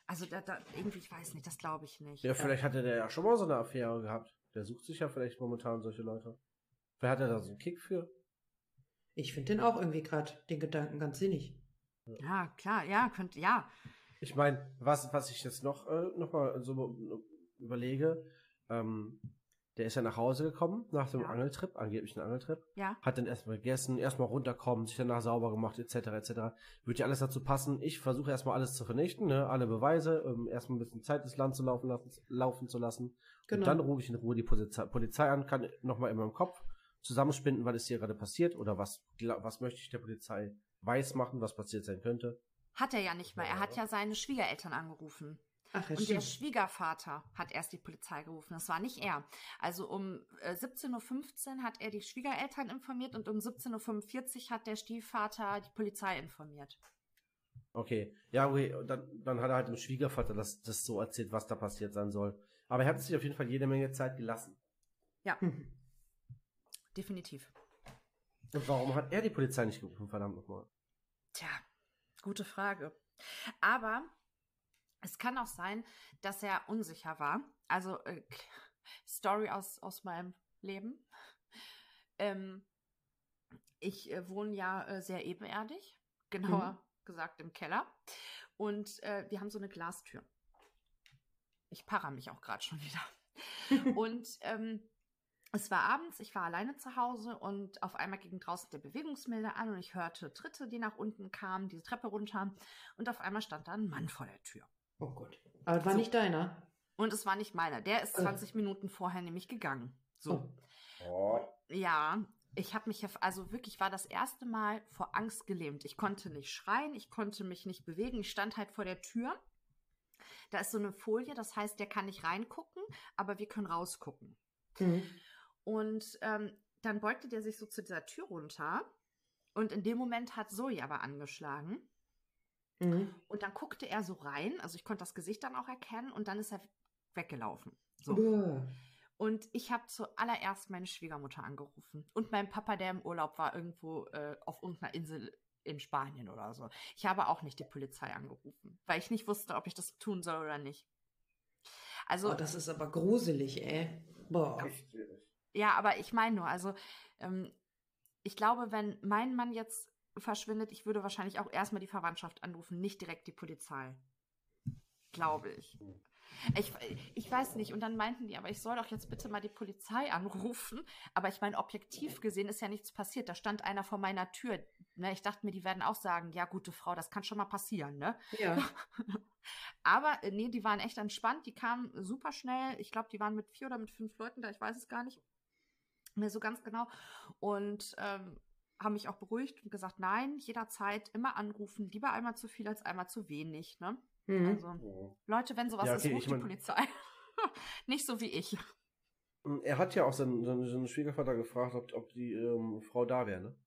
Also da, da irgendwie, ich weiß nicht, das glaube ich nicht. Ja, vielleicht hatte der ja schon mal so eine Affäre gehabt. Der sucht sich ja vielleicht momentan solche Leute. Wer hat er da so einen Kick für? Ich finde den auch irgendwie gerade, den Gedanken, ganz sinnig. Ja, klar, ja, könnte, ja. Ich meine, was, was ich jetzt noch, äh, noch mal so überlege, ähm, der ist ja nach Hause gekommen, nach dem Ja. Angeltrip, angeblich ein Angeltrip. Ja. Hat dann erstmal gegessen, erstmal runterkommen, sich danach sauber gemacht, et cetera et cetera. Würde ja alles dazu passen. Ich versuche erstmal alles zu vernichten, ne? Alle Beweise, ähm, erstmal ein bisschen Zeit ins Land zu laufen, lassen, laufen zu lassen. Genau. Und dann rufe ich in Ruhe die Polizei, Polizei an, kann nochmal in meinem Kopf zusammenspinnen, was ist hier gerade passiert oder was, was möchte ich der Polizei weiß machen, was passiert sein könnte. Hat er ja nicht mal. Er hat ja seine Schwiegereltern angerufen. Ach, ja, Und der stimmt. Schwiegervater hat erst die Polizei gerufen. Das war nicht er. Also um äh, siebzehn Uhr fünfzehn hat er die Schwiegereltern informiert und um siebzehn Uhr fünfundvierzig hat der Stiefvater die Polizei informiert. Okay, ja, okay, dann, dann hat er halt dem Schwiegervater das, das so erzählt, was da passiert sein soll. Aber er hat sich auf jeden Fall jede Menge Zeit gelassen. Ja, Hm. definitiv. Und warum hat er die Polizei nicht gerufen, verdammt nochmal? Tja, gute Frage. Aber es kann auch sein, dass er unsicher war. Also, äh, Story aus, aus meinem Leben. Ähm, ich äh, wohne ja äh, sehr ebenerdig, genauer Mhm. gesagt im Keller. Und äh, wir haben so eine Glastür. Ich parre mich auch gerade schon wieder. Und ähm, es war abends, ich war alleine zu Hause und auf einmal ging draußen der Bewegungsmelder an und ich hörte Tritte, die nach unten kamen, diese Treppe runter. Und auf einmal stand da ein Mann vor der Tür. Oh Gott. Aber war So. nicht deiner. Und es war nicht meiner. Der ist Äh. zwanzig Minuten vorher nämlich gegangen. So. Oh. Ja, ich habe mich, also wirklich war das erste Mal vor Angst gelähmt. Ich konnte nicht schreien, ich konnte mich nicht bewegen. Ich stand halt vor der Tür. Da ist so eine Folie, das heißt, der kann nicht reingucken, aber wir können rausgucken. Mhm. Und ähm, dann beugte der sich so zu dieser Tür runter. Und in dem Moment hat Zoe aber angeschlagen. Mhm. Und dann guckte er so rein. Also ich konnte das Gesicht dann auch erkennen. Und dann ist er weggelaufen. So. Uah. Und ich habe zuallererst meine Schwiegermutter angerufen. Und mein Papa, der im Urlaub war, irgendwo äh, auf irgendeiner Insel in Spanien oder so. Ich habe auch nicht die Polizei angerufen, weil ich nicht wusste, ob ich das tun soll oder nicht. Also, Oh, das ist aber gruselig, ey. Boah. ja, aber ich meine nur, also ähm, ich glaube, wenn mein Mann jetzt verschwindet, ich würde wahrscheinlich auch erstmal die Verwandtschaft anrufen, nicht direkt die Polizei. Glaube ich. Ich, ich weiß nicht. Und dann meinten die, aber ich soll doch jetzt bitte mal die Polizei anrufen. Aber ich meine, objektiv gesehen ist ja nichts passiert. Da stand einer vor meiner Tür. Ne, ich dachte mir, die werden auch sagen, ja, gute Frau, das kann schon mal passieren, ne? Ja. Aber äh, nee, die waren echt entspannt. Die kamen super schnell. Ich glaube, die waren mit vier oder mit fünf Leuten da. Ich weiß es gar nicht mehr so ganz genau. Und ähm, haben mich auch beruhigt und gesagt, nein, jederzeit immer anrufen. Lieber einmal zu viel als einmal zu wenig, ne? Mhm. Also, Leute, wenn sowas Ja, okay, ist, ruft ich die mein- Polizei. Nicht so wie ich. Er hat ja auch seinen, seinen, seinen Schwiegervater gefragt, ob, ob die ähm, Frau da wäre, ne?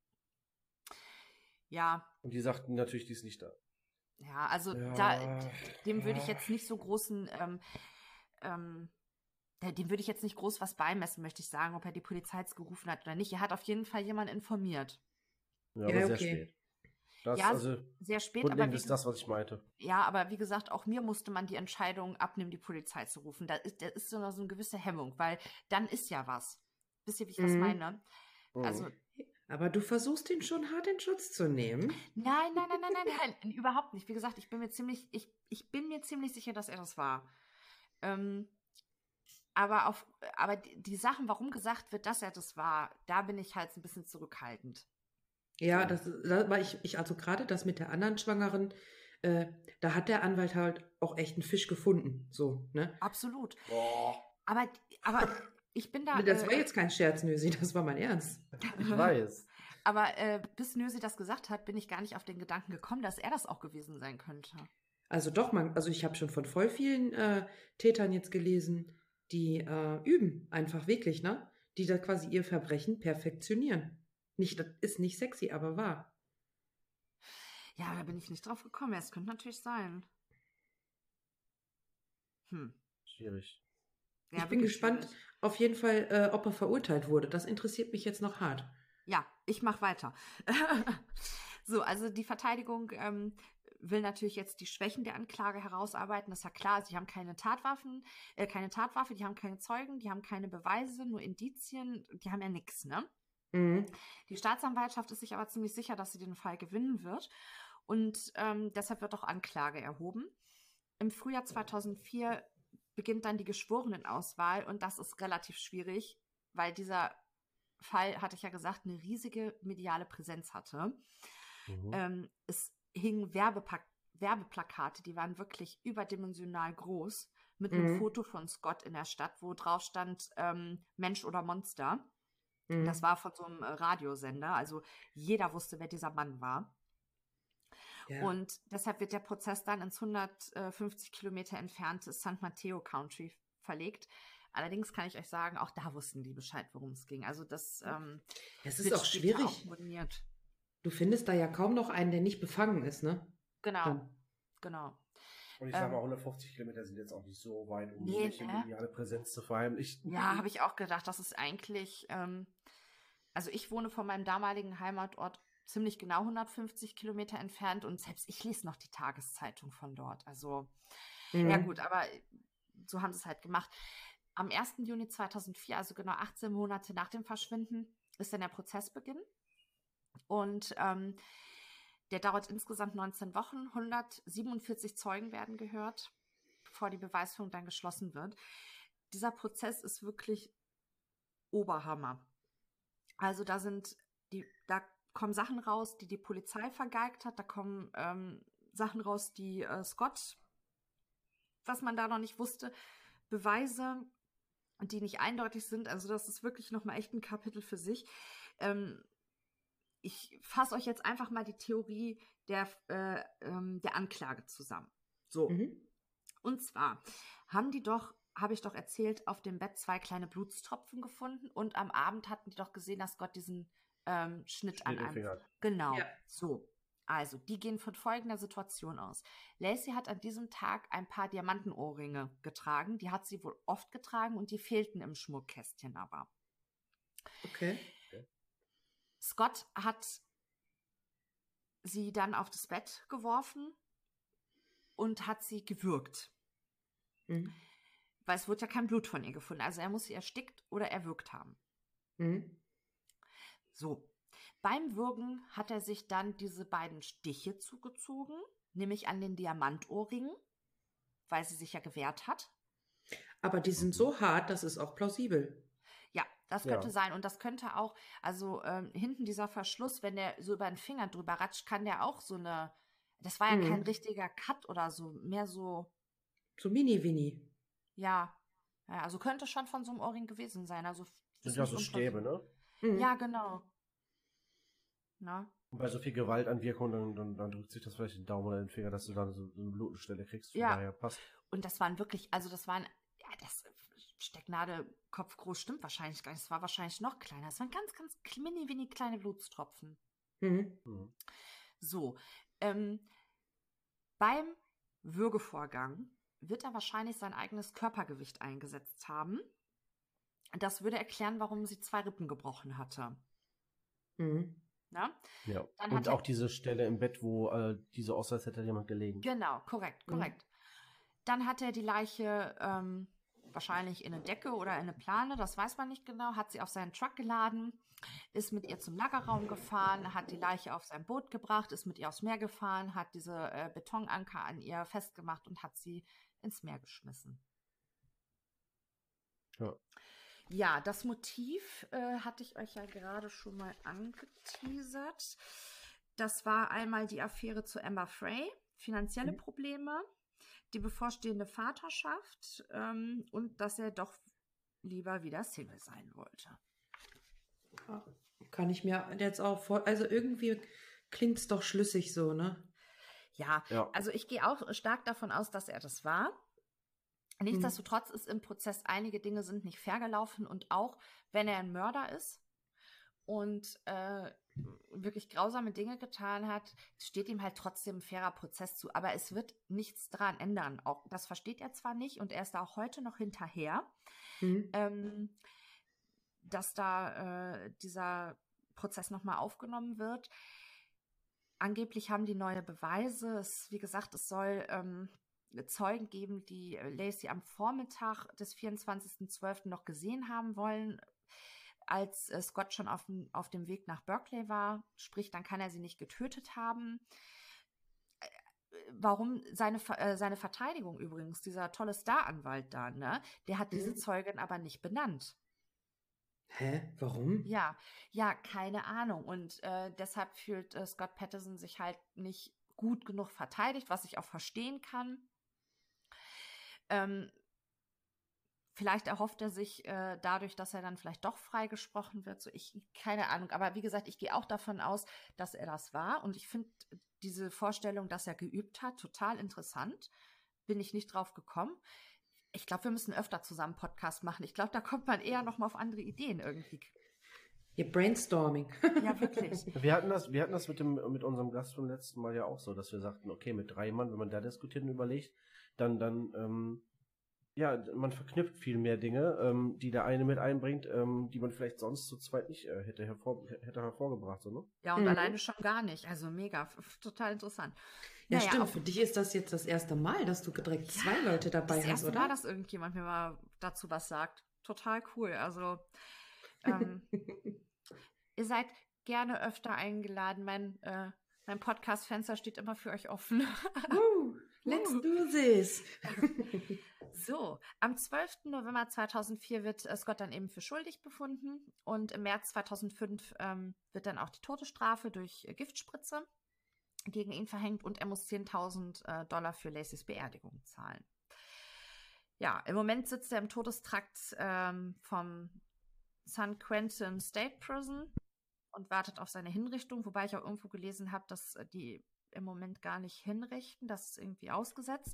Ja, Und die sagten natürlich, die ist nicht da. ja, also Ja. da, dem würde ich jetzt nicht so großen, ähm, ähm, äh, dem würde ich jetzt nicht groß was beimessen, möchte ich sagen, ob er die Polizei jetzt gerufen hat oder nicht. Er hat auf jeden Fall jemanden informiert. Ja, Ja, aber sehr okay. spät. Das, Ja, also, Sehr spät, aber grundlegend wie, ist das, was ich meinte. ja, aber wie gesagt, auch mir musste man die Entscheidung abnehmen, die Polizei zu rufen. Da ist, da ist so eine, so eine gewisse Hemmung, weil dann ist ja was. Wisst ihr, wie ich das Mhm. meine? Mhm. Also, Aber du versuchst ihn schon hart in Schutz zu nehmen. Nein, nein, nein, nein, nein, nein, überhaupt nicht. Wie gesagt, ich bin mir ziemlich, ich, ich bin mir ziemlich sicher, dass er das war. Ähm, aber auf, aber die, die Sachen, warum gesagt wird, dass er das war, da bin ich halt ein bisschen zurückhaltend. Ja, das, das war ich, ich, also gerade das mit der anderen Schwangeren, äh, da hat der Anwalt halt auch echt einen Fisch gefunden. So, ne? Absolut. Boah, Aber, aber ich bin da. Das äh, war jetzt kein Scherz, Nösi, das war mein Ernst. ich weiß. Aber äh, bis Nösi das gesagt hat, bin ich gar nicht auf den Gedanken gekommen, dass er das auch gewesen sein könnte. Also doch, man, also ich habe schon von voll vielen äh, Tätern jetzt gelesen, die äh, üben einfach wirklich, ne? Die da quasi ihr Verbrechen perfektionieren. Nicht, das ist nicht sexy, aber wahr. Ja, da bin ich nicht drauf gekommen. Es könnte natürlich sein. Hm. Schwierig. Ja, ich bin wirklich gespannt, schwierig. auf jeden Fall, äh, ob er verurteilt wurde. Das interessiert mich jetzt noch hart. Ja, ich mach weiter. So, also die Verteidigung ähm, will natürlich jetzt die Schwächen der Anklage herausarbeiten. Das ist ja klar, sie haben keine Tatwaffen, äh, keine Tatwaffe, die haben keine Zeugen, die haben keine Beweise, nur Indizien, die haben ja nichts, ne? Mhm. Die Staatsanwaltschaft ist sich aber ziemlich sicher, dass sie den Fall gewinnen wird. Und ähm, deshalb wird auch Anklage erhoben. Im Frühjahr zweitausendvier beginnt dann die Geschworenenauswahl und das ist relativ schwierig, weil dieser Fall, hatte ich ja gesagt, eine riesige mediale Präsenz hatte. Mhm. Ähm, es hingen Werbepak- Werbeplakate, die waren wirklich überdimensional groß, mit einem mhm. Foto von Scott in der Stadt, wo drauf stand ähm, Mensch oder Monster. Mhm. Das war von so einem Radiosender, also jeder wusste, wer dieser Mann war. Ja. Und deshalb wird der Prozess dann ins hundertfünfzig Kilometer entfernte San Mateo County verlegt. Allerdings kann ich euch sagen, auch da wussten die Bescheid, worum es ging. Also das, ähm, das ist auch schwierig. Auch du findest da ja kaum noch einen, der nicht befangen ist, ne? Genau, Dann. genau. Und ich sage mal, hundertfünfzig Kilometer sind jetzt auch nicht so weit, um nee, welche ne? mediale Präsenz zu verheimlichen. Ja, habe ich auch gedacht, das ist eigentlich, ähm, also ich wohne von meinem damaligen Heimatort ziemlich genau hundertfünfzig Kilometer entfernt und selbst ich lese noch die Tageszeitung von dort. Also, mhm. ja gut, aber so haben sie es halt gemacht. Am ersten Juni zweitausendvier, also genau achtzehn Monate nach dem Verschwinden, ist dann der Prozessbeginn. Und ähm, der dauert insgesamt neunzehn Wochen. hundertsiebenundvierzig Zeugen werden gehört, bevor die Beweisführung dann geschlossen wird. Dieser Prozess ist wirklich Oberhammer. Also da sind die, da kommen Sachen raus, die die Polizei vergeigt hat. Da kommen ähm, Sachen raus, die äh, Scott, was man da noch nicht wusste, Beweise, die nicht eindeutig sind. Also das ist wirklich nochmal echt ein Kapitel für sich. Ähm, ich fasse euch jetzt einfach mal die Theorie der, äh, ähm, der Anklage zusammen. So. Mhm. Und zwar haben die doch, habe ich doch erzählt, auf dem Bett zwei kleine Blutstropfen gefunden und am Abend hatten die doch gesehen, dass Gott diesen ähm, Schnitt, Schnitt an einem Finger hat. Genau. Ja. So. Also, die gehen von folgender Situation aus. Lacey hat an diesem Tag ein paar Diamantenohrringe getragen. Die hat sie wohl oft getragen und die fehlten im Schmuckkästchen aber. Okay. okay. Scott hat sie dann auf das Bett geworfen und hat sie gewürgt. Mhm. Weil es wurde ja kein Blut von ihr gefunden. Also er muss sie erstickt oder erwürgt haben. Mhm. So. Beim Würgen hat er sich dann diese beiden Stiche zugezogen, nämlich an den Diamantohrringen, weil sie sich ja gewehrt hat. Aber die sind so hart, das ist auch plausibel. Ja, das könnte ja. sein. Und das könnte auch, also ähm, hinten dieser Verschluss, wenn der so über den Finger drüber ratscht, kann der auch so eine, das war ja mhm. kein richtiger Cut oder so, mehr so. So mini-winnie. Ja. ja, also könnte schon von so einem Ohrring gewesen sein. Also das sind ja so Stäbe, ne? Mhm. Ja, genau. Na? Und bei so viel Gewaltanwirkung, dann, dann, dann drückt sich das vielleicht den Daumen oder den Finger, dass du dann so eine Blutenstelle kriegst. Von ja, daher passt. Und das waren wirklich, also das waren, ja, das Stecknadel kopfgroß stimmt wahrscheinlich gar nicht. Das war wahrscheinlich noch kleiner. Das waren ganz, ganz mini, mini kleine Blutstropfen. Mhm. Mhm. So, ähm, beim Würgevorgang wird er wahrscheinlich sein eigenes Körpergewicht eingesetzt haben. Das würde erklären, warum sie zwei Rippen gebrochen hatte. Mhm. Na? Ja. Dann und auch er, diese Stelle im Bett, wo äh, diese aussah, als hätte jemand gelegen. Genau, korrekt, korrekt. Mhm. Dann hat er die Leiche ähm, wahrscheinlich in eine Decke oder in eine Plane, das weiß man nicht genau, hat sie auf seinen Truck geladen, ist mit ihr zum Lagerraum gefahren, hat die Leiche auf sein Boot gebracht, ist mit ihr aufs Meer gefahren, hat diese äh, Betonanker an ihr festgemacht und hat sie ins Meer geschmissen. Ja. Ja, das Motiv äh, hatte ich euch ja gerade schon mal angeteasert. Das war einmal die Affäre zu Amber Frey, finanzielle mhm. Probleme, die bevorstehende Vaterschaft ähm, und dass er doch lieber wieder Single sein wollte. Kann ich mir jetzt auch vor, also irgendwie klingt es doch schlüssig so, ne? Ja, ja, also ich gehe auch stark davon aus, dass er das war. Nichtsdestotrotz ist im Prozess, einige Dinge sind nicht fair gelaufen und auch wenn er ein Mörder ist und äh, wirklich grausame Dinge getan hat, steht ihm halt trotzdem ein fairer Prozess zu. Aber es wird nichts dran ändern. Auch das versteht er zwar nicht und er ist da auch heute noch hinterher, mhm. ähm, dass da äh, dieser Prozess nochmal aufgenommen wird. angeblich haben die neue Beweise. Es, wie gesagt, es soll ähm, Zeugen geben, die Lacey am Vormittag des vierundzwanzigsten zwölften noch gesehen haben wollen, als äh, Scott schon auf, auf dem Weg nach Berkeley war. Sprich, dann kann er sie nicht getötet haben. Äh, warum seine, äh, seine Verteidigung übrigens, dieser tolle Staranwalt da, ne, der hat mhm. diese Zeugin aber nicht benannt. Hä? Warum? Ja, ja, keine Ahnung. Und äh, deshalb fühlt äh, Scott Patterson sich halt nicht gut genug verteidigt, was ich auch verstehen kann. Ähm, vielleicht erhofft er sich äh, dadurch, dass er dann vielleicht doch freigesprochen wird. So, ich, keine Ahnung. Aber wie gesagt, ich gehe auch davon aus, dass er das war. Und ich finde diese Vorstellung, dass er geübt hat, total interessant. Bin ich nicht drauf gekommen. Ich glaube, wir müssen öfter zusammen Podcast machen. Ich glaube, da kommt man eher noch mal auf andere Ideen irgendwie. Ja, Brainstorming. Ja, wirklich. Wir hatten das, wir hatten das mit dem, mit unserem Gast vom letzten Mal ja auch so, dass wir sagten, okay, mit drei Mann, wenn man da diskutiert und überlegt, dann, dann, ähm, ja, man verknüpft viel mehr Dinge, ähm, die der eine mit einbringt, ähm, die man vielleicht sonst zu zweit nicht äh, hätte, hervor, hätte hervorgebracht, so, ne? Ja, und Mhm. alleine schon gar nicht. Also mega, f- total interessant. Ja, Naja, stimmt. auf- Für dich ist das jetzt das erste Mal, dass du direkt Ja, zwei Leute dabei das hast, erste oder? Mal, dass irgendjemand mir mal dazu was sagt. Total cool. Also, ähm, ihr seid gerne öfter eingeladen. Mein, äh, mein Podcast-Fenster steht immer für euch offen. Woo, let's do this. So, am zwölften November zweitausendvier wird äh, Scott dann eben für schuldig befunden und im März zweitausendfünf ähm, wird dann auch die Todesstrafe durch äh, Giftspritze gegen ihn verhängt und er muss zehntausend äh, Dollar für Lacys Beerdigung zahlen. Ja, im Moment sitzt er im Todestrakt ähm, vom San Quentin State Prison und wartet auf seine Hinrichtung, wobei ich auch irgendwo gelesen habe, dass äh, die im Moment gar nicht hinrichten, das ist irgendwie ausgesetzt,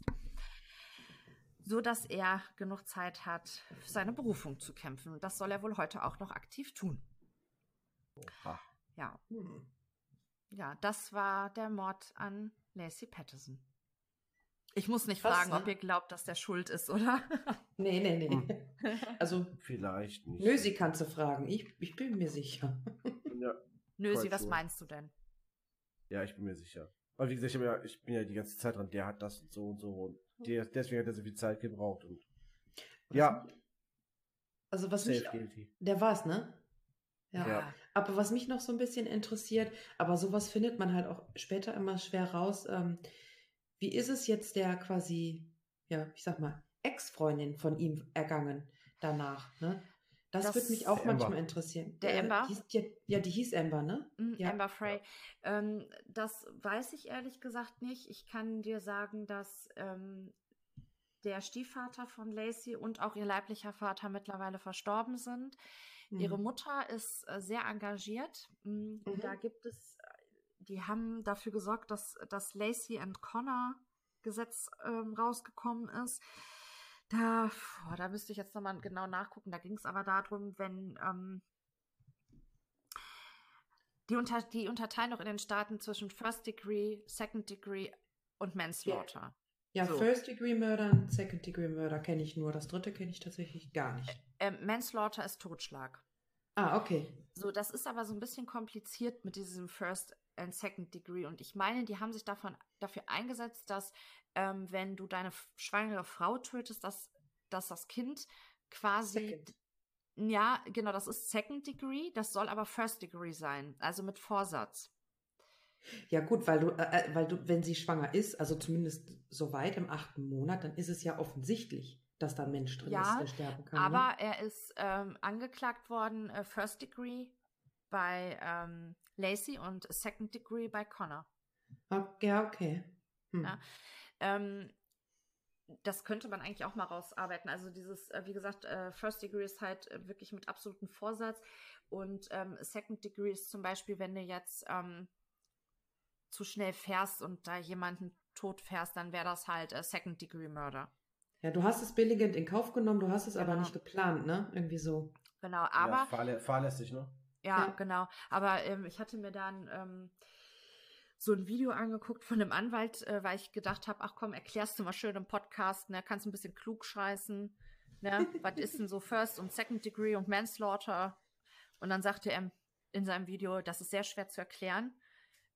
so dass er genug Zeit hat, für seine Berufung zu kämpfen. Und das soll er wohl heute auch noch aktiv tun. Oha. Ja, Hm. ja, das war der Mord an Lacey Patterson. Ich muss nicht Krass, fragen, ne? ob ihr glaubt, dass der schuld ist, oder? Nee, nee, nee. Hm. Also, Vielleicht nicht. nö, sie kannst du fragen. Ich, ich bin mir sicher. Ja, Nösi, Quite was sure. meinst du denn? ja, ich bin mir sicher. Aber wie gesagt, ich, hab ja, ich bin ja die ganze Zeit dran, der hat das und so und so und der, deswegen hat er so viel Zeit gebraucht und ja, Also, was safe mich. guilty. Der war's, ne? Ja. Ja. Aber was mich noch so ein bisschen interessiert, aber sowas findet man halt auch später immer schwer raus. Ähm, wie ist es jetzt der quasi, ja, ich sag mal, Ex-Freundin von ihm ergangen danach, ne? Das, Das- würde mich auch Der manchmal Amber. interessieren. Der Äh, Amber? Hieß, ja, ja, die hieß Amber, ne? Mm, Ja. Amber Frey. Ähm, das weiß ich ehrlich gesagt nicht. Ich kann dir sagen, dass ähm, der Stiefvater von Lacey und auch ihr leiblicher Vater mittlerweile verstorben sind. Mhm. Ihre Mutter ist äh, sehr engagiert. Mm, Mhm. Da gibt es, äh, die haben dafür gesorgt, dass das Lacey and Connor Gesetz ähm, rausgekommen ist. Da, boah, da müsste ich jetzt nochmal genau nachgucken. Da ging es aber darum, wenn ähm, die, unter, die unterteilen auch in den Staaten zwischen First Degree, Second Degree und Manslaughter. Ja, So. First Degree Murder und Second Degree Murder kenne ich nur. Das dritte kenne ich tatsächlich gar nicht. Ähm, Manslaughter ist Totschlag. Ah, okay. So, das ist aber so ein bisschen kompliziert mit diesem First and Second Degree. Und ich meine, die haben sich davon, dafür eingesetzt, dass ähm, wenn du deine f- schwangere Frau tötest, dass, dass das Kind quasi, Second. ja, genau, das ist Second Degree, das soll aber First Degree sein, also mit Vorsatz. Ja gut, weil du, äh, weil du, wenn sie schwanger ist, also zumindest so weit im achten Monat, dann ist es ja offensichtlich, dass da ein Mensch drin Ja, ist, der sterben kann. Aber ne? er ist ähm, angeklagt worden, äh, First Degree bei ähm, Lacey und Second Degree bei Connor. Ah, ja, okay. Hm. Ja. Ähm, das könnte man eigentlich auch mal rausarbeiten. Also dieses, äh, wie gesagt, äh, First Degree ist halt äh, wirklich mit absolutem Vorsatz und ähm, Second Degree ist zum Beispiel, wenn du jetzt ähm, zu schnell fährst und da jemanden tot fährst, dann wäre das halt äh, Second Degree Murder. Ja, du hast es billigend in Kauf genommen, du hast es aber Genau. nicht geplant, ne? Irgendwie so. Genau, ja, aber fahrlä fahrlässig, ne? ja, Ja. genau. Aber ähm, ich hatte mir dann ähm, so ein Video angeguckt von einem Anwalt, äh, weil ich gedacht habe, ach komm, erklärst du mal schön im Podcast, ne, kannst ein bisschen klug scheißen, ne, was ist denn so First und Second Degree und Manslaughter? Und dann sagte er in seinem Video, das ist sehr schwer zu erklären.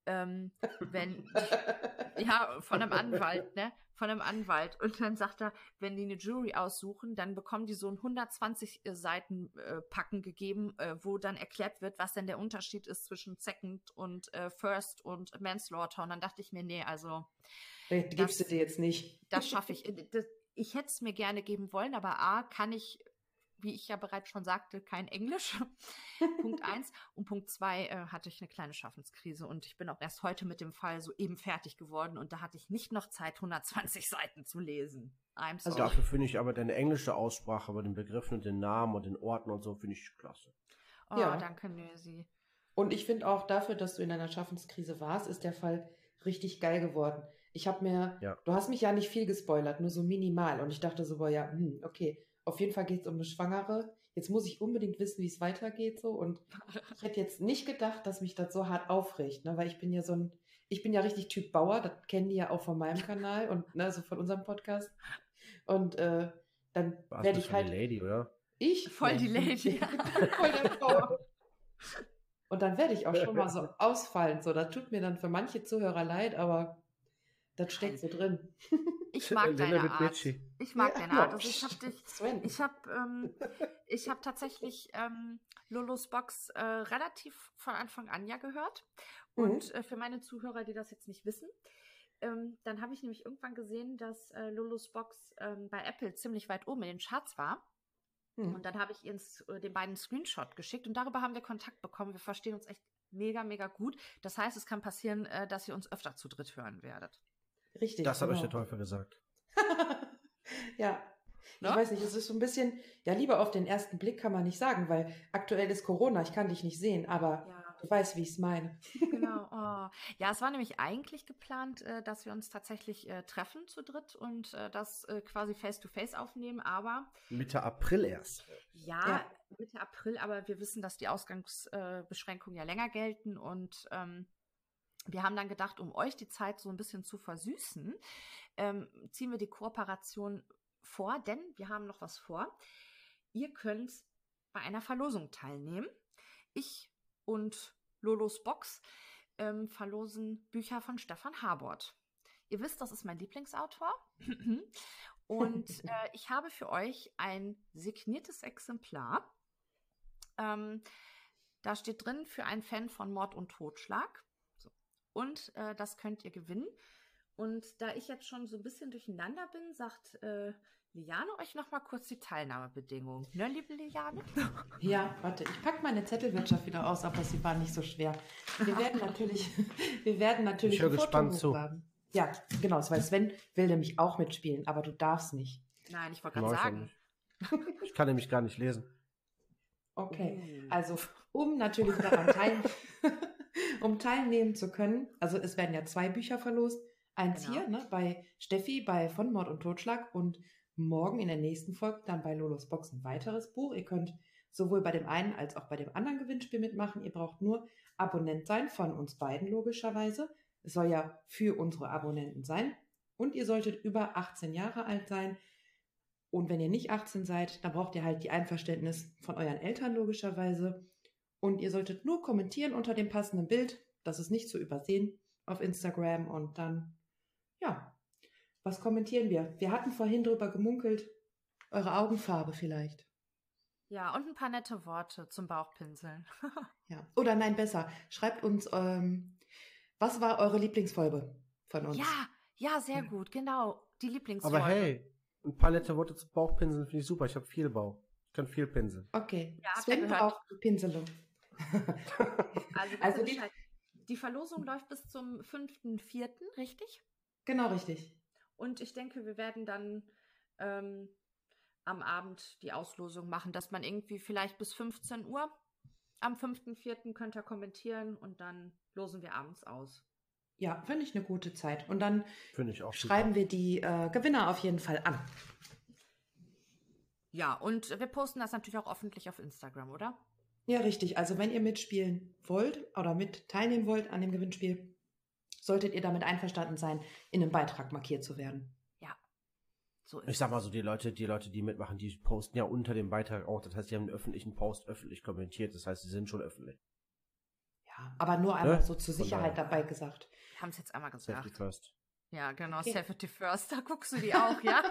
ähm, wenn, ja, von einem Anwalt, ne, von einem Anwalt. Und dann sagt er, wenn die eine Jury aussuchen, dann bekommen die so ein hundertzwanzig Seiten äh, Packen gegeben, äh, wo dann erklärt wird, was denn der Unterschied ist zwischen Second und äh, First und Manslaughter. Und dann dachte ich mir, nee, also Das gibst du dir jetzt nicht. Das schaffe ich. Das, ich hätte es mir gerne geben wollen, aber A, kann ich, wie ich ja bereits schon sagte, kein Englisch. Punkt eins. Und Punkt zwei äh, hatte ich eine kleine Schaffenskrise und ich bin auch erst heute mit dem Fall so eben fertig geworden und da hatte ich nicht noch Zeit, hundertzwanzig Seiten zu lesen. I'm sorry. Also dafür finde ich aber deine englische Aussprache bei den Begriffen und den Namen und den Orten und so, finde ich klasse. Oh, Ja. danke, Nösi. Und ich finde auch dafür, dass du in einer Schaffenskrise warst, ist der Fall richtig geil geworden. Ich habe mir, Ja. du hast mich ja nicht viel gespoilert, nur so minimal. Und ich dachte so, boah, ja, hm, okay, auf jeden Fall geht es um eine Schwangere. Jetzt muss ich unbedingt wissen, wie es weitergeht so. Und ich hätte jetzt nicht gedacht, dass mich das so hart aufregt, ne? Weil ich bin ja so ein, ich bin ja richtig Typ Bauer, das kennen die ja auch von meinem Kanal und ne, so von unserem Podcast. Und äh, dann Warst werde du ich schon halt. die Lady, oder? Ich? Voll die Nee. Lady. Voll der Frau. Und dann werde ich auch schon mal so ausfallen. So, das tut mir dann für manche Zuhörer leid, aber das steckt so drin. Ich mag Lena deine wird Art. bitchy. Ich mag Ja, deine Art. ja. Also ich habe dich, Sven. ich habe, ähm, ich habe tatsächlich ähm, Lolos Box äh, relativ von Anfang an ja gehört. Und äh, für meine Zuhörer, die das jetzt nicht wissen, ähm, dann habe ich nämlich irgendwann gesehen, dass äh, Lolos Box ähm, bei Apple ziemlich weit oben in den Charts war. Hm. Und dann habe ich ihnen äh, den beiden Screenshot geschickt und darüber haben wir Kontakt bekommen. Wir verstehen uns echt mega, mega gut. Das heißt, es kann passieren, äh, dass ihr uns öfter zu dritt hören werdet. Richtig. Das hat euch der genau. Teufel gesagt. Ja. Ne? Ich weiß nicht, es ist so ein bisschen, ja, lieber auf den ersten Blick kann man nicht sagen, weil aktuell ist Corona, ich kann dich nicht sehen, aber Ja. du weißt, wie ich es meine. Genau. Oh. Ja, es war nämlich eigentlich geplant, äh, dass wir uns tatsächlich äh, treffen zu dritt und äh, das äh, quasi face-to-face aufnehmen, aber Mitte April erst. ja, Ja. Mitte April, aber wir wissen, dass die Ausgangsbeschränkungen ja länger gelten und ähm, wir haben dann gedacht, um euch die Zeit so ein bisschen zu versüßen, ähm, ziehen wir die Kooperation vor, denn wir haben noch was vor. Ihr könnt bei einer Verlosung teilnehmen. Ich und Lolos Box ähm, verlosen Bücher von Stefan Harbort. Ihr wisst, das ist mein Lieblingsautor. Und äh, ich habe für euch ein signiertes Exemplar. Ähm, da steht drin, für einen Fan von Mord und Totschlag. So. Und äh, das könnt ihr gewinnen. Und da ich jetzt schon so ein bisschen durcheinander bin, sagt äh, Liane euch noch mal kurz die Teilnahmebedingungen. Ne, liebe Liane? Ja, warte, ich packe meine Zettelwirtschaft wieder aus, aber sie war nicht so schwer. Wir werden natürlich, wir werden natürlich Ich höre ein Foto gespannt zu. hochladen. Ja, genau, weil Sven will nämlich auch mitspielen, aber du darfst nicht. Nein, ich wollte gerade Nein, sagen. nicht. Ich kann nämlich gar nicht lesen. Okay, also um natürlich daran teil um teilnehmen zu können, also es werden ja zwei Bücher verlost, eins Genau. hier, ne, bei Steffi bei Von Mord und Totschlag und morgen in der nächsten Folge dann bei Lolos Box ein weiteres Buch. Ihr könnt sowohl bei dem einen als auch bei dem anderen Gewinnspiel mitmachen. Ihr braucht nur Abonnent sein, von uns beiden logischerweise. Es soll ja für unsere Abonnenten sein. Und ihr solltet über achtzehn Jahre alt sein. Und wenn ihr nicht achtzehn seid, dann braucht ihr halt die Einverständnis von euren Eltern logischerweise. Und ihr solltet nur kommentieren unter dem passenden Bild. Das ist nicht zu übersehen auf Instagram. Und dann, ja, was kommentieren wir? Wir hatten vorhin drüber gemunkelt. Eure Augenfarbe vielleicht. Ja, und ein paar nette Worte zum Bauchpinseln. Ja. Oder nein, besser. Schreibt uns, ähm, was war eure Lieblingsfolge von uns? Ja, ja, sehr gut, genau. Die Lieblingsfolge. Aber hey, ein paar nette Worte zu Bauchpinseln finde ich super. Ich habe viel Bauch. Ich kann viel pinseln. Okay. Ja, habt ihr Sven gehört? braucht Pinselung. Also, Also die, die- die Verlosung läuft bis zum fünften vierten, richtig? Genau richtig. Und ich denke, wir werden dann ähm, am Abend die Auslosung machen, dass man irgendwie vielleicht bis fünfzehn Uhr am fünften vierten könnt ihr kommentieren und dann losen wir abends aus. Ja, finde ich eine gute Zeit. Und dann Finde ich auch schreiben super. wir die äh, Gewinner auf jeden Fall an. Ja, und wir posten das natürlich auch öffentlich auf Instagram, oder? Ja, richtig. Also wenn ihr mitspielen wollt oder mit teilnehmen wollt an dem Gewinnspiel, solltet ihr damit einverstanden sein, in einem Beitrag markiert zu werden. Ja, so ist Ich sag mal so, die Leute, die Leute, die mitmachen, die posten ja unter dem Beitrag auch. Das heißt, die haben einen öffentlichen Post öffentlich kommentiert. Das heißt, sie sind schon öffentlich. aber nur einmal Ne? so zur Von Sicherheit daher. dabei gesagt. Wir haben es jetzt einmal Safety gesagt. first. Ja, genau, Okay. Safety First, da guckst du die auch, ja?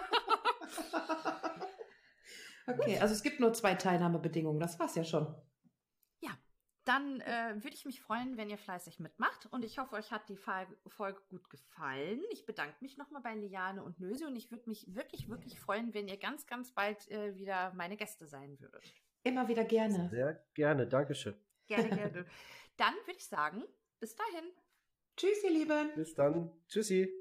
Okay, also es gibt nur zwei Teilnahmebedingungen, das war's ja schon. Ja, dann äh, würde ich mich freuen, wenn ihr fleißig mitmacht und ich hoffe, euch hat die Fol- Folge gut gefallen. Ich bedanke mich nochmal bei Liane und Nösi und ich würde mich wirklich, wirklich freuen, wenn ihr ganz, ganz bald äh, wieder meine Gäste sein würdet. Immer wieder gerne. Sehr gerne, Dankeschön. Gerne, gerne. Dann würde ich sagen, bis dahin. Tschüss, ihr Lieben. Bis dann. Tschüssi.